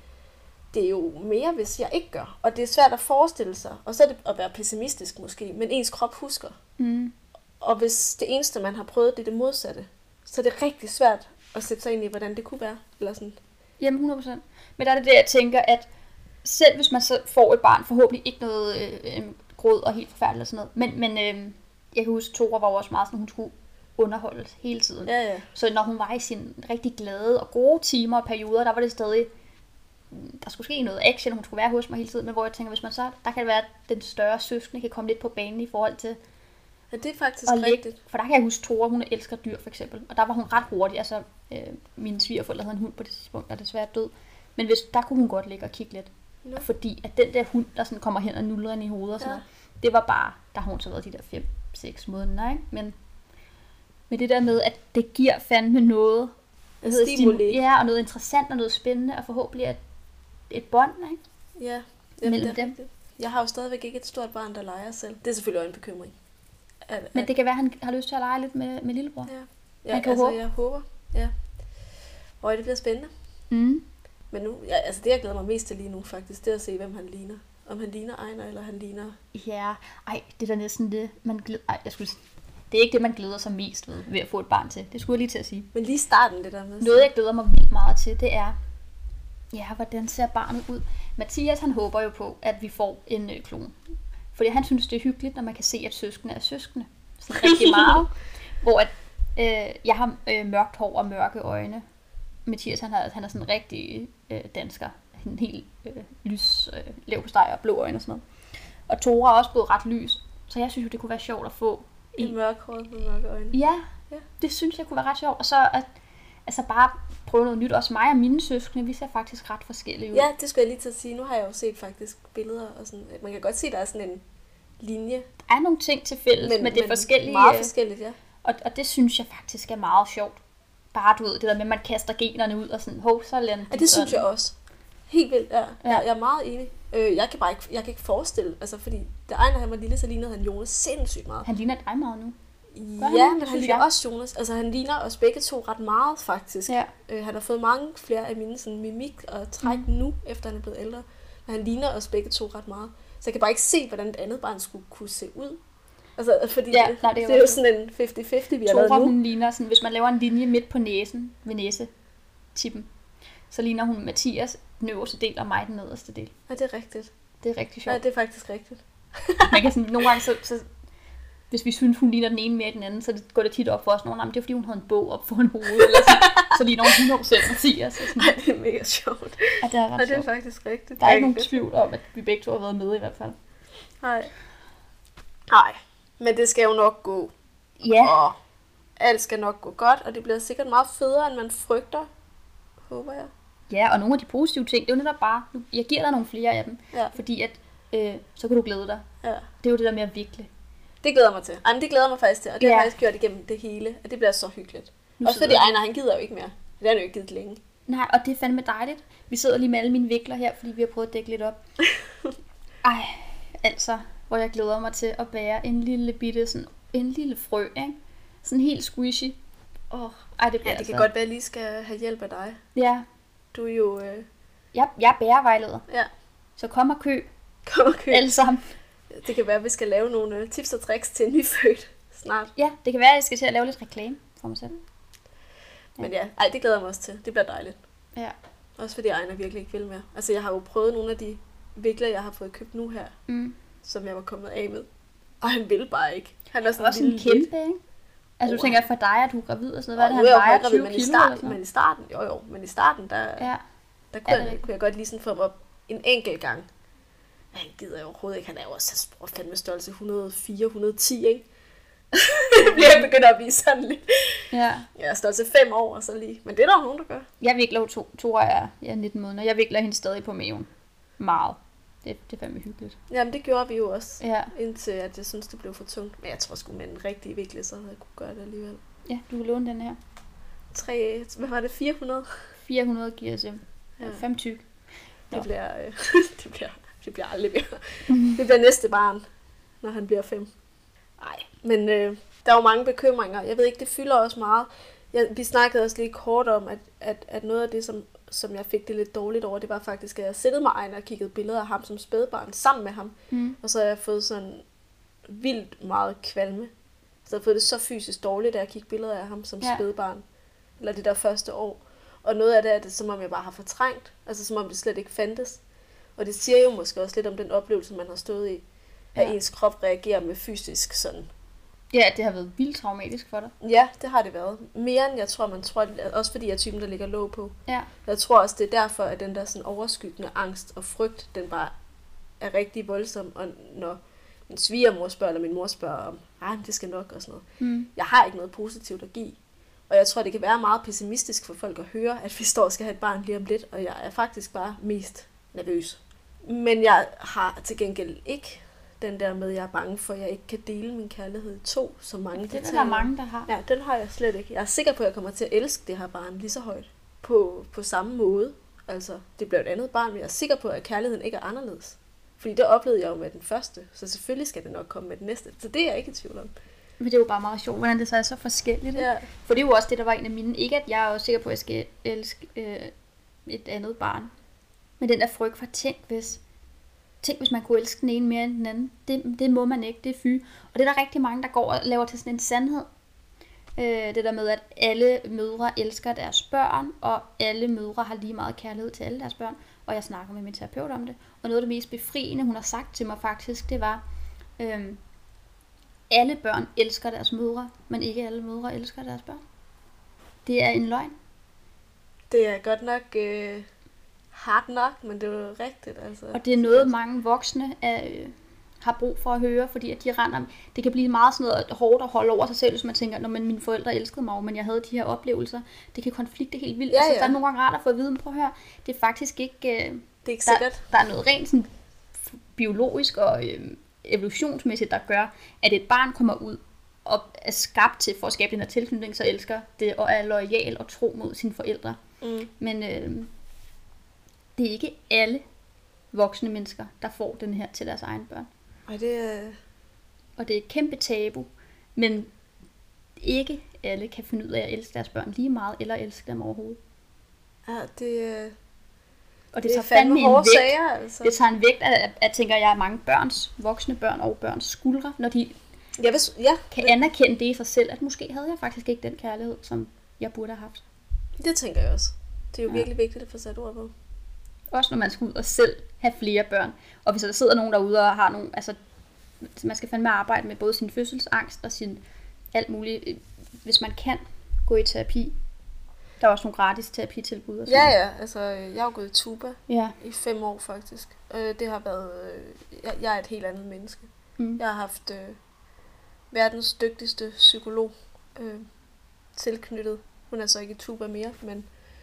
det er jo mere, hvis jeg ikke gør. Og det er svært at forestille sig. Og så er det at være pessimistisk måske, men ens krop husker. mm, Og hvis det eneste, man har prøvet, det er det modsatte, så er det rigtig svært at sætte sig ind i, hvordan det kunne være. Eller sådan. Jamen hundrede procent. Men der er det der, jeg tænker, at selv hvis man så får et barn, forhåbentlig ikke noget øh, gråd og helt forfærdeligt og sådan noget, men, men øh, jeg kan huske, Tora var jo også meget sådan, hun skulle underholdes hele tiden. Ja, ja. Så når hun var i sine rigtig glade og gode timer og perioder, der var det stadig, der skulle ske noget action, hun skulle være hos mig hele tiden, men hvor jeg tænker, hvis man så, der kan det være, at den større søskende kan komme lidt på banen i forhold til Ja, det er faktisk at ligge. rigtigt. For der kan jeg huske, Tora, hun elsker dyr for eksempel, og der var hun ret hurtig, altså øh, mine svigerforældre havde en hund på det tidspunkt, der er desværre død, men hvis, der kunne hun godt ligge og kigge lidt. Nå. Fordi at den der hund, der sådan kommer hen og nuller ind i hovedet og sådan Ja. noget, det var bare, der har hun så været de der fem seks måneder, ikke? Men med det der med, at det giver fandme noget, En hedder stimuli. stimu- ja, og noget interessant og noget spændende, og forhåbentlig at et bånd, ikke? Ja, Mellem jamen, det er dem. rigtigt. Jeg har jo stadigvæk ikke et stort barn, der leger selv. Det er selvfølgelig også en bekymring. At, Men at, det kan være, at han har lyst til at lege lidt med, med lillebror. ja, ja Han kan altså, håbe. jeg håber. Ja. Og det bliver spændende. Mm. Men nu, ja, altså det, jeg glæder mig mest til lige nu, faktisk, det er at se, hvem han ligner. Om han ligner Ejner, eller han ligner... Ja, ej, det er da næsten det, man glæder... Ej, jeg skulle... Det er ikke det, man glæder sig mest ved, ved at få et barn til. Det skulle jeg lige til at sige. Men lige starten, det der med... Noget, jeg glæder mig vildt meget til, det er... Ja, hvordan ser barnet ud? Mathias, han håber jo på, at vi får en øh, klon. Fordi han synes, det er hyggeligt, når man kan se, at søskende er søskende. Sådan rigtig meget. Hvor at, øh, jeg har øh, mørkt hår og mørke øjne. Mathias, han, har, han er sådan en rigtig øh, dansker. En helt øh, lys øh, leverpostej og blå øjne og sådan noget. Og Tora er også blevet ret lys. Så jeg synes jo, det kunne være sjovt at få... En mørkhåret med mørke øjne. Ja, Ja. det synes jeg kunne være ret sjovt. Og så at, altså bare prøve noget nyt. Også mig og mine søskende, vi ser faktisk ret forskellige ud. Ja, det skulle jeg lige til at sige. Nu har jeg jo set faktisk billeder, og sådan, man kan godt se, at der er sådan en linje. Der er nogle ting til fælles, men, men det er forskellige. Meget forskelligt, ja. Og, og det synes jeg faktisk er meget sjovt. Bare du ved, det der med, at man kaster generne ud og sådan, hov, så lander Ja, det synes jeg også. Helt vildt, ja. Ja. Jeg, jeg er meget enig. Øh, jeg kan bare ikke, jeg kan ikke forestille, altså fordi da Ejner han var lille, så lignede han Jonas sindssygt meget. Han ligner dig meget nu. Ja, han? men Det han synes ligner jeg. også Jonas. Altså han ligner os begge to ret meget, faktisk. Ja. Øh, han har fået mange flere af mine sådan, mimik og træk mm. nu, efter han er blevet ældre. Men han ligner os begge to ret meget. Så jeg kan bare ikke se, hvordan et andet barn skulle kunne se ud. Altså, fordi Ja, det, nej, det, det er det er jo også- sådan en halvtreds halvtreds, vi har lavet Tora, nu. hun ligner sådan, hvis man laver en linje midt på næsen, ved næsetippen, så ligner hun Mathias den øverste del og mig den nederste del. Ja, det er rigtigt. Det er rigtig Ja, sjovt. det er faktisk rigtigt. Man kan sådan, nogle gange, så, så, hvis vi synes, hun ligner den ene mere end den anden, så det går det tit op for os. Nogle gange, det er fordi, hun havde en bog op foran hovedet, eller sådan, så ligner hun hundrede procent Mathias. Og sådan. Ja, det er mega sjovt. Ja, det er ret Ja, det er sjovt. faktisk rigtigt. Der er ikke Det nogen fedt. tvivl om, at vi begge to har været med i hvert fald. Nej. Nej, men det skal jo nok gå. Ja, Og alt skal nok gå godt, og det bliver sikkert meget federe, end man frygter. Håber jeg. ja, og nogle af de positive ting, det er jo netop bare, nu- jeg giver dig nogle flere af dem, Ja. fordi at, øh, så kan du glæde dig. Ja. Det er jo det der med at vikle. Det glæder jeg mig til. Ej, men det glæder jeg mig faktisk til, og det har Ja. jeg faktisk gjort igennem det hele, og det bliver så hyggeligt. Nu Også sidder fordi vi- Ejner, han gider jo ikke mere. Det har han jo ikke givet længe. Nej, og det er fandme dejligt. Vi sidder lige med alle mine vikler her, fordi vi har prøvet at dække lidt op. Ej, altså, hvor jeg glæder mig til at bære en lille bitte, sådan en lille frø, ikke? Sådan helt squishy. Åh, oh, ej, det bliver Ja, det kan altså... godt være, at jeg lige skal have hjælp af dig. Ja, Du er jo... Øh, jeg, jeg er bærevejleder, ja, så kom og køb kom og køb. alle sammen. Det kan være, at vi skal lave nogle øh, tips og tricks til en nyfødt snart. Ja, det kan være, at jeg skal til at lave lidt reklame for mig selv. Men ja, ej, det glæder jeg mig også til. Det bliver dejligt. Ja. Også fordi Ejner virkelig ikke vil mere. Altså, jeg har jo prøvet nogle af de vikler, jeg har fået købt nu her, Mm. som jeg var kommet af med. Og han vil bare ikke. Han er Det er sådan også en lille lidt. kæmpe, ikke? Altså, du Oh, tænker, at for dig, at du er gravid og sådan noget, Og hvad nu er er det, jeg han jo vejer? højgravid, tyve men i kilo eller starten, sådan men noget? i starten, jo jo, men i starten, der, Ja, der er kunne, det jeg, rigtigt? kunne jeg godt lige sådan få ham op en enkelt gang. Men han gider jo overhovedet ikke. Han er jo også han fandme størrelse et hundrede og fire til et hundrede og ti, ikke? Det bliver jeg begyndt at blive sådan lidt. ja. Jeg er størrelse fem år og så lige. Men det er der jo nogen, der gør. Jeg vikler jo to, to er ja, nitten måneder. Jeg vikler hende stadig på maven. Meget. Det, det er fandme hyggeligt. Jamen, det gjorde vi jo også. Ja, Indtil at jeg synes, det blev for tungt. Men jeg tror sgu med en rigtig vikle, så havde jeg kunne gøre det alligevel. ja, du kan låne den her. Tre, hvad var det? fire hundrede? fire hundrede G S M. Ja. Ja. Fem tyk. Det Nå. bliver, øh, det bliver, det bliver aldrig mere. Det bliver næste barn, når han bliver fem. Nej, men øh, der er jo mange bekymringer. Jeg ved ikke, det fylder også meget. Jeg, vi snakkede også lige kort om, at, at, at noget af det, som, som jeg fik det lidt dårligt over, det var faktisk, at jeg sættede mig Ejner og kiggede billeder af ham som spædbarn sammen med ham. Mm. Og så har jeg fået sådan vildt meget kvalme. Så jeg har fået det så fysisk dårligt, da jeg kiggede billeder af ham som Ja. spædbarn. Eller det der første år. Og noget af det er det, som om jeg bare har fortrængt. Altså som om det slet ikke fandtes. Og det siger jo måske også lidt om den oplevelse, man har stået i. At Ja. ens krop reagerer med fysisk sådan. Ja, det har været vildt traumatisk for dig. Ja, det har det været. Mere end jeg tror, man tror. Også fordi jeg er typen, der ligger låg på. Ja. Jeg tror også, det er derfor, at den der sådan overskyggende angst og frygt, den bare er rigtig voldsom. Og når min svigermor spørger, eller min mor spørger om, ej, det skal nok og sådan noget. Mm. Jeg har ikke noget positivt at give. Og jeg tror, det kan være meget pessimistisk for folk at høre, at vi står og skal have et barn lige om lidt. Og jeg er faktisk bare mest nervøs. Men jeg har til gengæld ikke den der med, at jeg er bange for, at jeg ikke kan dele min kærlighed i to, som mange Det er der, taler der er om. mange, der har. Ja, den har jeg slet ikke. Jeg er sikker på, at jeg kommer til at elske det her barn lige så højt. På, på samme måde. Altså, det bliver et andet barn, men jeg er sikker på, at kærligheden ikke er anderledes. Fordi det oplevede jeg jo med den første, så selvfølgelig skal det nok komme med den næste. Så det er jeg ikke i tvivl om. Men det er jo bare meget sjovt, hvordan det så er så forskelligt. Ja. For det er jo også det, der var en af mine. Ikke at jeg er jo sikker på, at jeg skal elske øh, et andet barn. Men den der frygt for, tænk hvis, tænk hvis man kunne elske den ene mere end den anden. Det, det må man ikke, det er fy. Og det er der rigtig mange, der går og laver til sådan en sandhed. Øh, det der med, at alle mødre elsker deres børn, og alle mødre har lige meget kærlighed til alle deres børn. Og jeg snakker med min terapeut om det. Og noget af det mest befriende, hun har sagt til mig faktisk, det var, øh, alle børn elsker deres mødre, men ikke alle mødre elsker deres børn. Det er en løgn. Det er godt nok øh, hardt nok, men det er jo rigtigt. Altså. Og det er noget, mange voksne er, øh, har brug for at høre, fordi at de render. Det kan blive meget sådan noget hårdt at holde over sig selv, hvis man tænker, når mine forældre elskede mig, men jeg havde de her oplevelser. Det kan konflikte helt vildt. Ja, altså, ja. der er nogle gange rart at få at vide, prøv at høre, det er faktisk ikke... Øh, det er ikke der, sikkert. der er noget rent sådan, biologisk og øh, evolutionsmæssigt, der gør, at et barn kommer ud og er skabt til for at skabe den her tilknytning, så elsker det og er loyal og tro mod sine forældre. Mm. Men øh, det er ikke alle voksne mennesker, der får den her til deres egne børn. Og det er... Og det er et kæmpe tabu, men ikke alle kan finde ud af at elske deres børn lige meget, eller elske dem overhovedet. Ja, det er... Og det, det tager er fandme fandme en hårde vægt. sager, altså. Det tager en vægt af, at tænker jeg, mange børns, voksne børn og børns skuldre, når de Ja, hvis, ja, kan anerkende det i sig selv, at måske havde jeg faktisk ikke den kærlighed, som jeg burde have haft. det tænker jeg også. Det er jo Ja. virkelig vigtigt at få sat ord på. Også når man skal ud og selv have flere børn. Og hvis der sidder nogen derude og har nogle, altså man skal fandme arbejde med både sin fødselsangst og sin alt muligt. Hvis man kan gå i terapi. Der er også nogle gratis terapitilbud. Og sådan. Ja, ja. Altså, jeg har jo gået i tuba Ja. i fem år faktisk. Øh, det har været... Øh, jeg, jeg er et helt andet menneske. Mm. Jeg har haft øh, verdens dygtigste psykolog øh, tilknyttet. Hun er så ikke i tuba mere, men,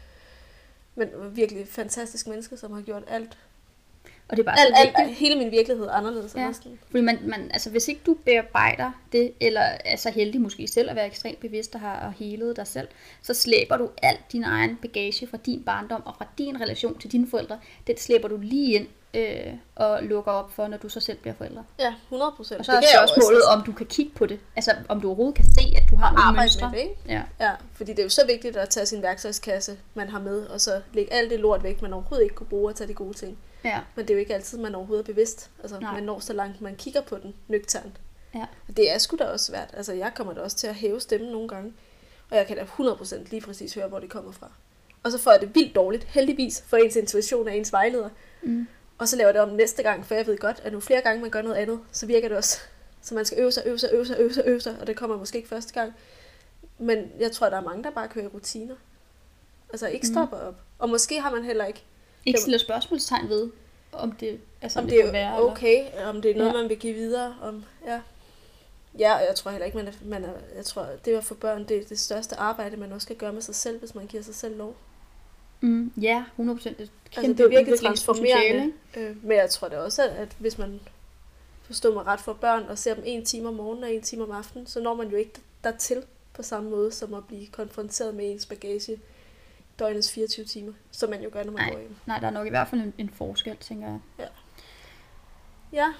men virkelig fantastisk menneske, som har gjort alt. Og det er bare alt, så alt, vigtigt. hele min virkelighed anderledes. Ja. Næsten. Fordi man, man, altså hvis ikke du bearbejder det, eller er så heldig måske selv at være ekstremt bevidst og har helet dig selv, så slæber du alt din egen bagage fra din barndom og fra din relation til dine forældre. Den slæber du lige ind øh, og lukker op for, når du så selv bliver forældre. Ja, hundrede procent. Og så er spørgsmålet, om du kan kigge på det. Altså om du overhovedet kan se, at du har nogle arbejde mønstre. med det, ikke? Ja. Ja, fordi det er jo så vigtigt at tage sin værktøjskasse, man har med, og så lægge alt det lort væk, man overhovedet ikke kunne bruge og tage de gode ting. Ja. Men det er jo ikke altid, man overhovedet er bevidst. Altså, Nej. man når så langt, man kigger på den nøgternt. Ja. Og det er sgu da også svært. Altså, jeg kommer da også til at hæve stemmen nogle gange. Og jeg kan da hundrede procent lige præcis høre, hvor det kommer fra. Og så får jeg det vildt dårligt, heldigvis, for ens intuition af ens vejleder. Mm. Og så laver jeg det om næste gang, for jeg ved godt, at nu flere gange man gør noget andet, så virker det også. Så man skal øve sig, øve sig, øve sig, øve sig, øve sig, og det kommer måske ikke første gang. Men jeg tror, der er mange, der bare kører rutiner. Altså ikke stopper op. Og måske har man heller ikke... Ikke stille spørgsmålstegn ved, om det, altså, om om det, det det kan er være. okay, eller om det er noget, Ja. man vil give videre. Om, ja. ja, og jeg tror heller ikke, man er, man er, jeg tror, det at få børn, det er det største arbejde, man også skal gøre med sig selv, hvis man giver sig selv lov. Mm, ja, hundrede procent. Det er, Altså, det er virkelig udviklingspotentiale, transformerende. Øh, men jeg tror det også, at hvis man forstår mig ret for børn, og ser dem en time om morgenen og en time om aftenen, så når man jo ikke dertil på samme måde, som at blive konfronteret med ens bagage døgnets fireogtyve timer, som man jo gør, når man Nej. går hjem. Nej, der er nok i hvert fald en, en forskel, tænker jeg. Ja.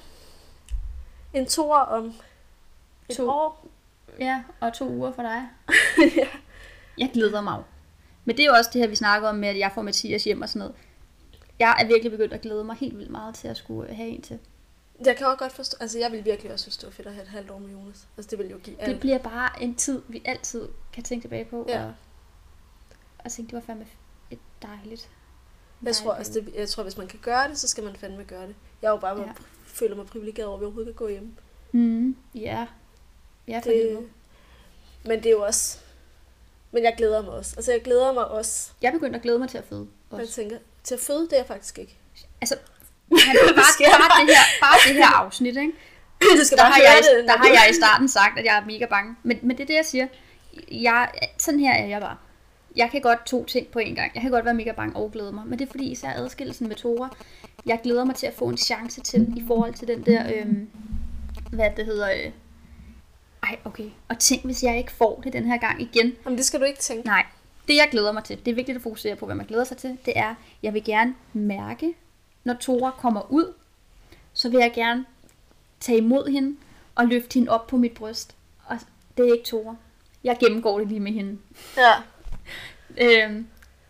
En toer om et To. år. Ja, og to uger for dig. Ja. Jeg glæder mig jo. Men det er jo også det her, vi snakker om med, at jeg får Mathias hjem og sådan noget. Jeg er virkelig begyndt at glæde mig helt vildt meget til at skulle have en til. Jeg kan også godt forstå, altså jeg vil virkelig også synes, det var fedt at have et halvt år med Jonas. Altså det vil jo give alt. Det bliver bare en tid, vi altid kan tænke tilbage på. Ja. Og, og tænke, det var fandme et dejligt. Jeg tror, altså det, jeg tror, hvis man kan gøre det, så skal man fandme gøre det. Jeg er jo bare Ja. ja. føler mig privilegeret over, at vi overhovedet kan gå hjem. Mm, ja. Ja, for Det, helvede. men det er jo også... Men jeg glæder mig også. Altså jeg glæder mig også. Jeg er begyndt at glæde mig til at føde. Jeg Også. tænker, til at føde, det er jeg faktisk ikke. Altså, han, bare, bare, det her, bare det her afsnit, ikke? Du skal Der, bare har høre jeg, det. der når har du- jeg i starten sagt, at jeg er mega bange. Men, men det er det, jeg siger. Jeg, sådan her er jeg bare. Jeg kan godt to ting på en gang. Jeg kan godt være mega bange og glæde mig. Men det er fordi, især adskillelsen med Tora. Jeg glæder mig til at få en chance til, i forhold til den der, øhm, hvad det hedder... Øh, ej, okay. Og tænk, hvis jeg ikke får det den her gang igen. Jamen det skal du ikke tænke. Nej. det jeg glæder mig til, det er vigtigt at fokusere på, hvad man glæder sig til, det er, jeg vil gerne mærke, når Tora kommer ud, så vil jeg gerne tage imod hende og løfte hende op på mit bryst. Og det er ikke Tora. Jeg gennemgår det lige med hende. Ja. øhm,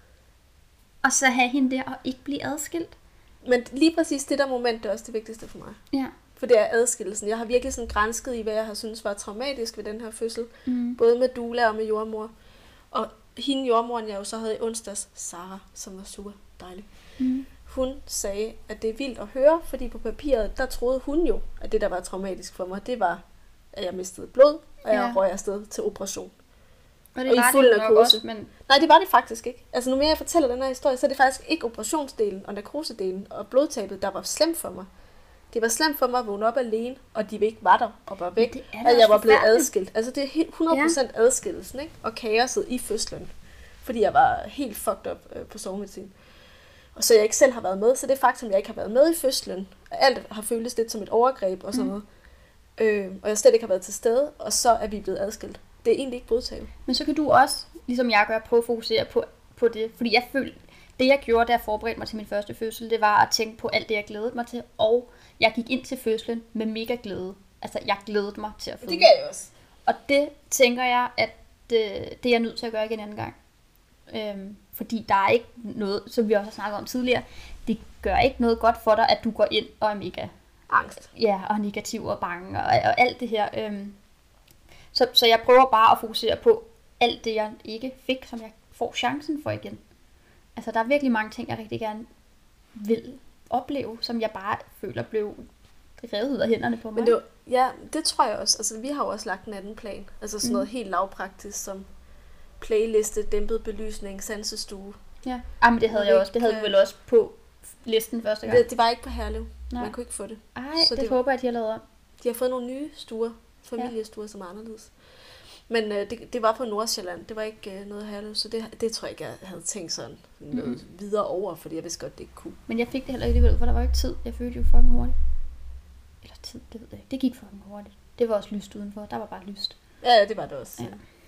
og så have hende der og ikke blive adskilt. Men lige præcis det der moment, det er også det vigtigste for mig. Ja. For det er adskillelsen. Jeg har virkelig sådan grænsket i, hvad jeg har syntes var traumatisk ved den her fødsel. Mm. Både med doula og med jordmor. Og hende jordmoren, jeg jo så havde i onsdags, Sara, som var super dejlig. Mm. Hun sagde, at det er vildt at høre, fordi på papiret, der troede hun jo, at det der var traumatisk for mig, det var, at jeg mistede blod, og jeg Ja. røg afsted til operation. Og det Og i var fuld det jo nok narkose. også, men Nej, det var det faktisk ikke. Altså nu mere jeg fortæller den her historie, så er det faktisk ikke operationsdelen og narkosedelen og blodtabet, der var slemt for mig. Det var slemt for mig at vågne op alene, og de ikke var der og var væk. det er da At jeg også var blevet forfærdeligt. adskilt. Altså det er helt hundrede procent ja. adskillelsen, ikke? Og kaoset i fødslen. Fordi jeg var helt fucked up øh, på sovemedicin. Og så jeg ikke selv har været med, så det faktum, jeg ikke har været med i fødslen, alt har føltes lidt som et overgreb og sådan noget. Mm. Øh, og jeg slet ikke har været til stede, og så er vi blevet adskilt. Det er egentlig ikke blodtab. Men så kan du også, ligesom jeg gør, prøve at fokusere på, på det. Fordi jeg følte, det jeg gjorde, da jeg forberedte mig til min første fødsel, det var at tænke på alt det, jeg glædede mig til. Og jeg gik ind til fødslen med mega glæde. Altså, jeg glædede mig til at føde. Det gør jeg også. Og det tænker jeg, at det, det er jeg nødt til at gøre igen en anden gang. Øhm, fordi der er ikke noget, som vi også har snakket om tidligere, det gør ikke noget godt for dig, at du går ind og er mega Angst. ja, og negativ og bange og, og alt det her. Øhm. Så, så jeg prøver bare at fokusere på alt det, jeg ikke fik, som jeg får chancen for igen. Altså, der er virkelig mange ting, jeg rigtig gerne vil opleve, som jeg bare føler blev revet ud af hænderne på mig. Men det var, ja, det tror jeg også. Altså, vi har jo også lagt en anden plan. Altså sådan noget mm. helt lavpraktisk som playliste, dæmpet belysning, sansestue. Ja, ah, men det havde jeg også. Det havde vi vel også på listen første gang. Det, det var ikke på Herlev. Nej. Man kunne ikke få det. Ej, Så det, det var- håber jeg, at de har lavet om. De har fået nogle nye stuer, familiestuer, som er anderledes. Men øh, det, det var på Nordsjælland. Det var ikke øh, noget Herlev, så det, det tror jeg ikke, jeg havde tænkt sådan noget Mhm. videre over, fordi jeg vidste godt, det ikke kunne. Men jeg fik det heller ikke alligevel, for der var jo ikke tid. Jeg følte jo fucking hurtigt. Eller tid, det ved jeg ikke. Det gik fucking hurtigt. Det var også lyst udenfor. Der var bare lyst. Ja, ja, det var det også. Ja.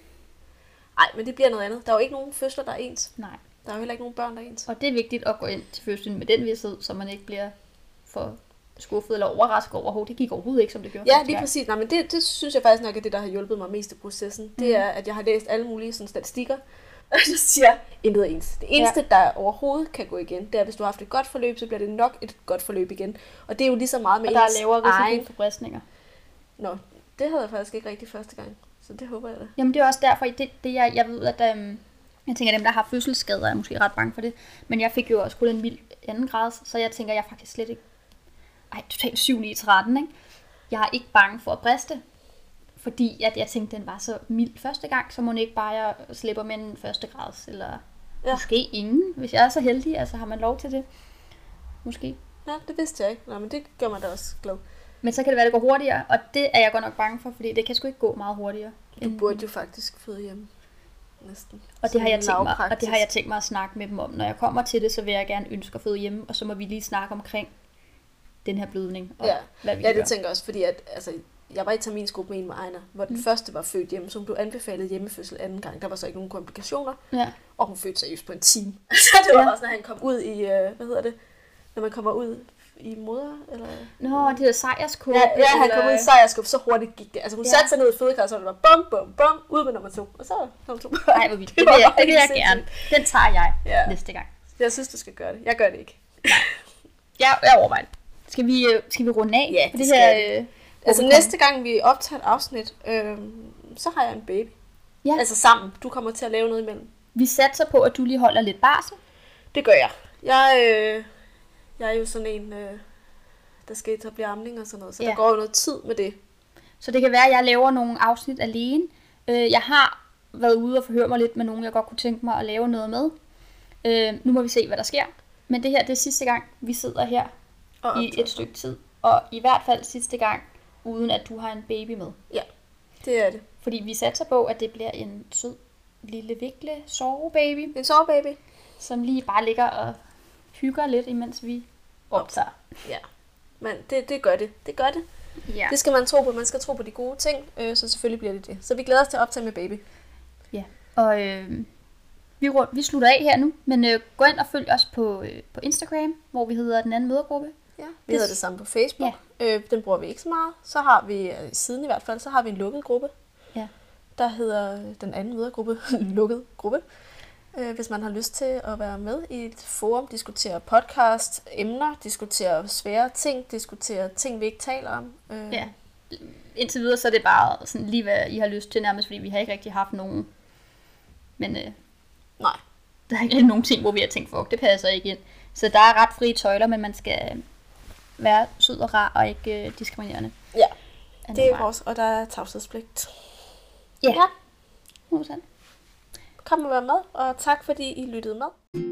Nej, men det bliver noget andet. Der er jo ikke nogen fødsler, der er ens. Nej. Der er jo heller ikke nogen børn, der er ens. Og det er vigtigt at gå ind til fødslen med den vidshed, så man ikke bliver for skuffet eller overrasket over, at det gik overhovedet ikke, som det gjorde. Ja, første lige gang. præcis. Nej, men det, det synes jeg faktisk nok er det, der har hjulpet mig mest i processen. Det Mhm. er, at jeg har læst alle mulige sådan, statistikker, og så siger jeg, intet er ens. Det eneste, ja. der overhovedet kan gå igen, det er, at hvis du har haft et godt forløb, så bliver det nok et godt forløb igen. Og det er jo lige så meget med Og der er ens lavere risiko egen... for bristninger. Nå, det havde jeg faktisk ikke rigtig første gang. Så det håber jeg da. Jamen det er også derfor, det, det jeg, jeg ved, at øhm, jeg tænker, at dem, der har fødselsskader, er måske ret bange for det. Men jeg fik jo også kun en mild anden grads, så jeg tænker, jeg er faktisk slet ikke... Ej, totalt syv ni tretten, ikke? Jeg er ikke bange for at briste, fordi at jeg tænkte, den var så mild første gang, så må den ikke bare jeg slipper med en første grads, eller Ja. ja. måske ingen, hvis jeg er så heldig. Altså har man lov til det? Måske. Ja, det vidste jeg ikke. Nå, men det gør mig da også glad. Men så kan det være, at det går hurtigere, og det er jeg godt nok bange for, fordi det kan sgu ikke gå meget hurtigere. Du burde jo faktisk føde hjemme. Næsten. Og det, har jeg Sådan tænkt mig, og det lavpraktisk. har jeg tænkt mig at snakke med dem om. Når jeg kommer til det, så vil jeg gerne ønske at føde hjemme, og så må vi lige snakke omkring den her blødning, og Ja. hvad vi Ja, gør. det tænker jeg også, fordi at, altså, jeg var i terminsgruppe med en med Ejner, hvor den mm. første var født hjemme, så hun blev anbefalet hjemmefødsel anden gang. Der var så ikke nogen komplikationer, Ja. og hun fødte seriøst på en time. Så det var Ja. også, når han kom ud i, øh, hvad hedder det, når man kommer ud i moder, eller... Nå, det er sejrskåbe. Ja, ja, han kom ud i sejrskub, så hurtigt gik det. Altså hun Ja. ja. satte sig ned i fødekar, så det var bum, bum, bum, ud med nummer to. Og så nummer to. Nej, hvor vildt. Det, var vil jeg, bare det vil jeg helt gerne. Den tager jeg Ja. næste gang. Jeg synes, du skal gøre det. Jeg gør det ikke. Jeg, jeg overvejer det. Skal vi, øh, skal vi runde af? Ja, for det her, skal øh, Altså hvor vi næste gang vi optager et afsnit, øh, så har jeg en baby. Ja. Altså sammen. Du kommer til at lave noget imellem. kommer- Vi satser på, at du lige holder lidt barsel. Det gør jeg. Jeg, øh, jeg er jo sådan en, øh, der skal etablere amning og sådan noget, så Ja. der går jo noget tid med det. Så det kan være, at jeg laver nogle afsnit alene. Øh, Jeg har været ude og forhøre mig lidt med nogen, jeg godt kunne tænke mig at lave noget med. Øh, Nu må vi se, hvad der sker. Men det her det er sidste gang, vi sidder her Og i optager. et stykke tid. Og i hvert fald sidste gang, uden at du har en baby med. Ja, det er det. Fordi vi satser på, at det bliver en sød, lille, vikle sovebaby, En sovebaby. som lige bare ligger og hygger lidt, imens vi optager. Ja. Men det, det gør det. Det gør det. Ja. Det skal man tro på. Man skal tro på de gode ting, øh, så selvfølgelig bliver det det. Så vi glæder os til at optage med baby. ja. Og øh, vi vi, rund, vi slutter af her nu, men øh, gå ind og følg os på, øh, på Instagram, hvor vi hedder Den Anden Mødergruppe. Ja, vi hedder det samme på Facebook. Ja. Øh, den bruger vi ikke så meget. Så har vi, siden i hvert fald, så har vi en lukket gruppe, ja. der hedder Den Anden Mødergruppe, lukket gruppe. Øh, hvis man har lyst til at være med i et forum, diskutere podcast, emner, diskutere svære ting, diskutere ting, vi ikke taler om. Øh. Ja, indtil videre så er det bare sådan lige, hvad I har lyst til nærmest, fordi vi har ikke rigtig haft nogen, men øh, nej. Der er ikke nogen ting, hvor vi har tænkt, fuck, det passer ikke ind. Så der er ret frie tøjler, men man skal være sød og rar og ikke øh, diskriminerende. Ja, det er vores, og der er tavshedspligt. Ja, ja. Kom og vær med, og tak fordi I lyttede med.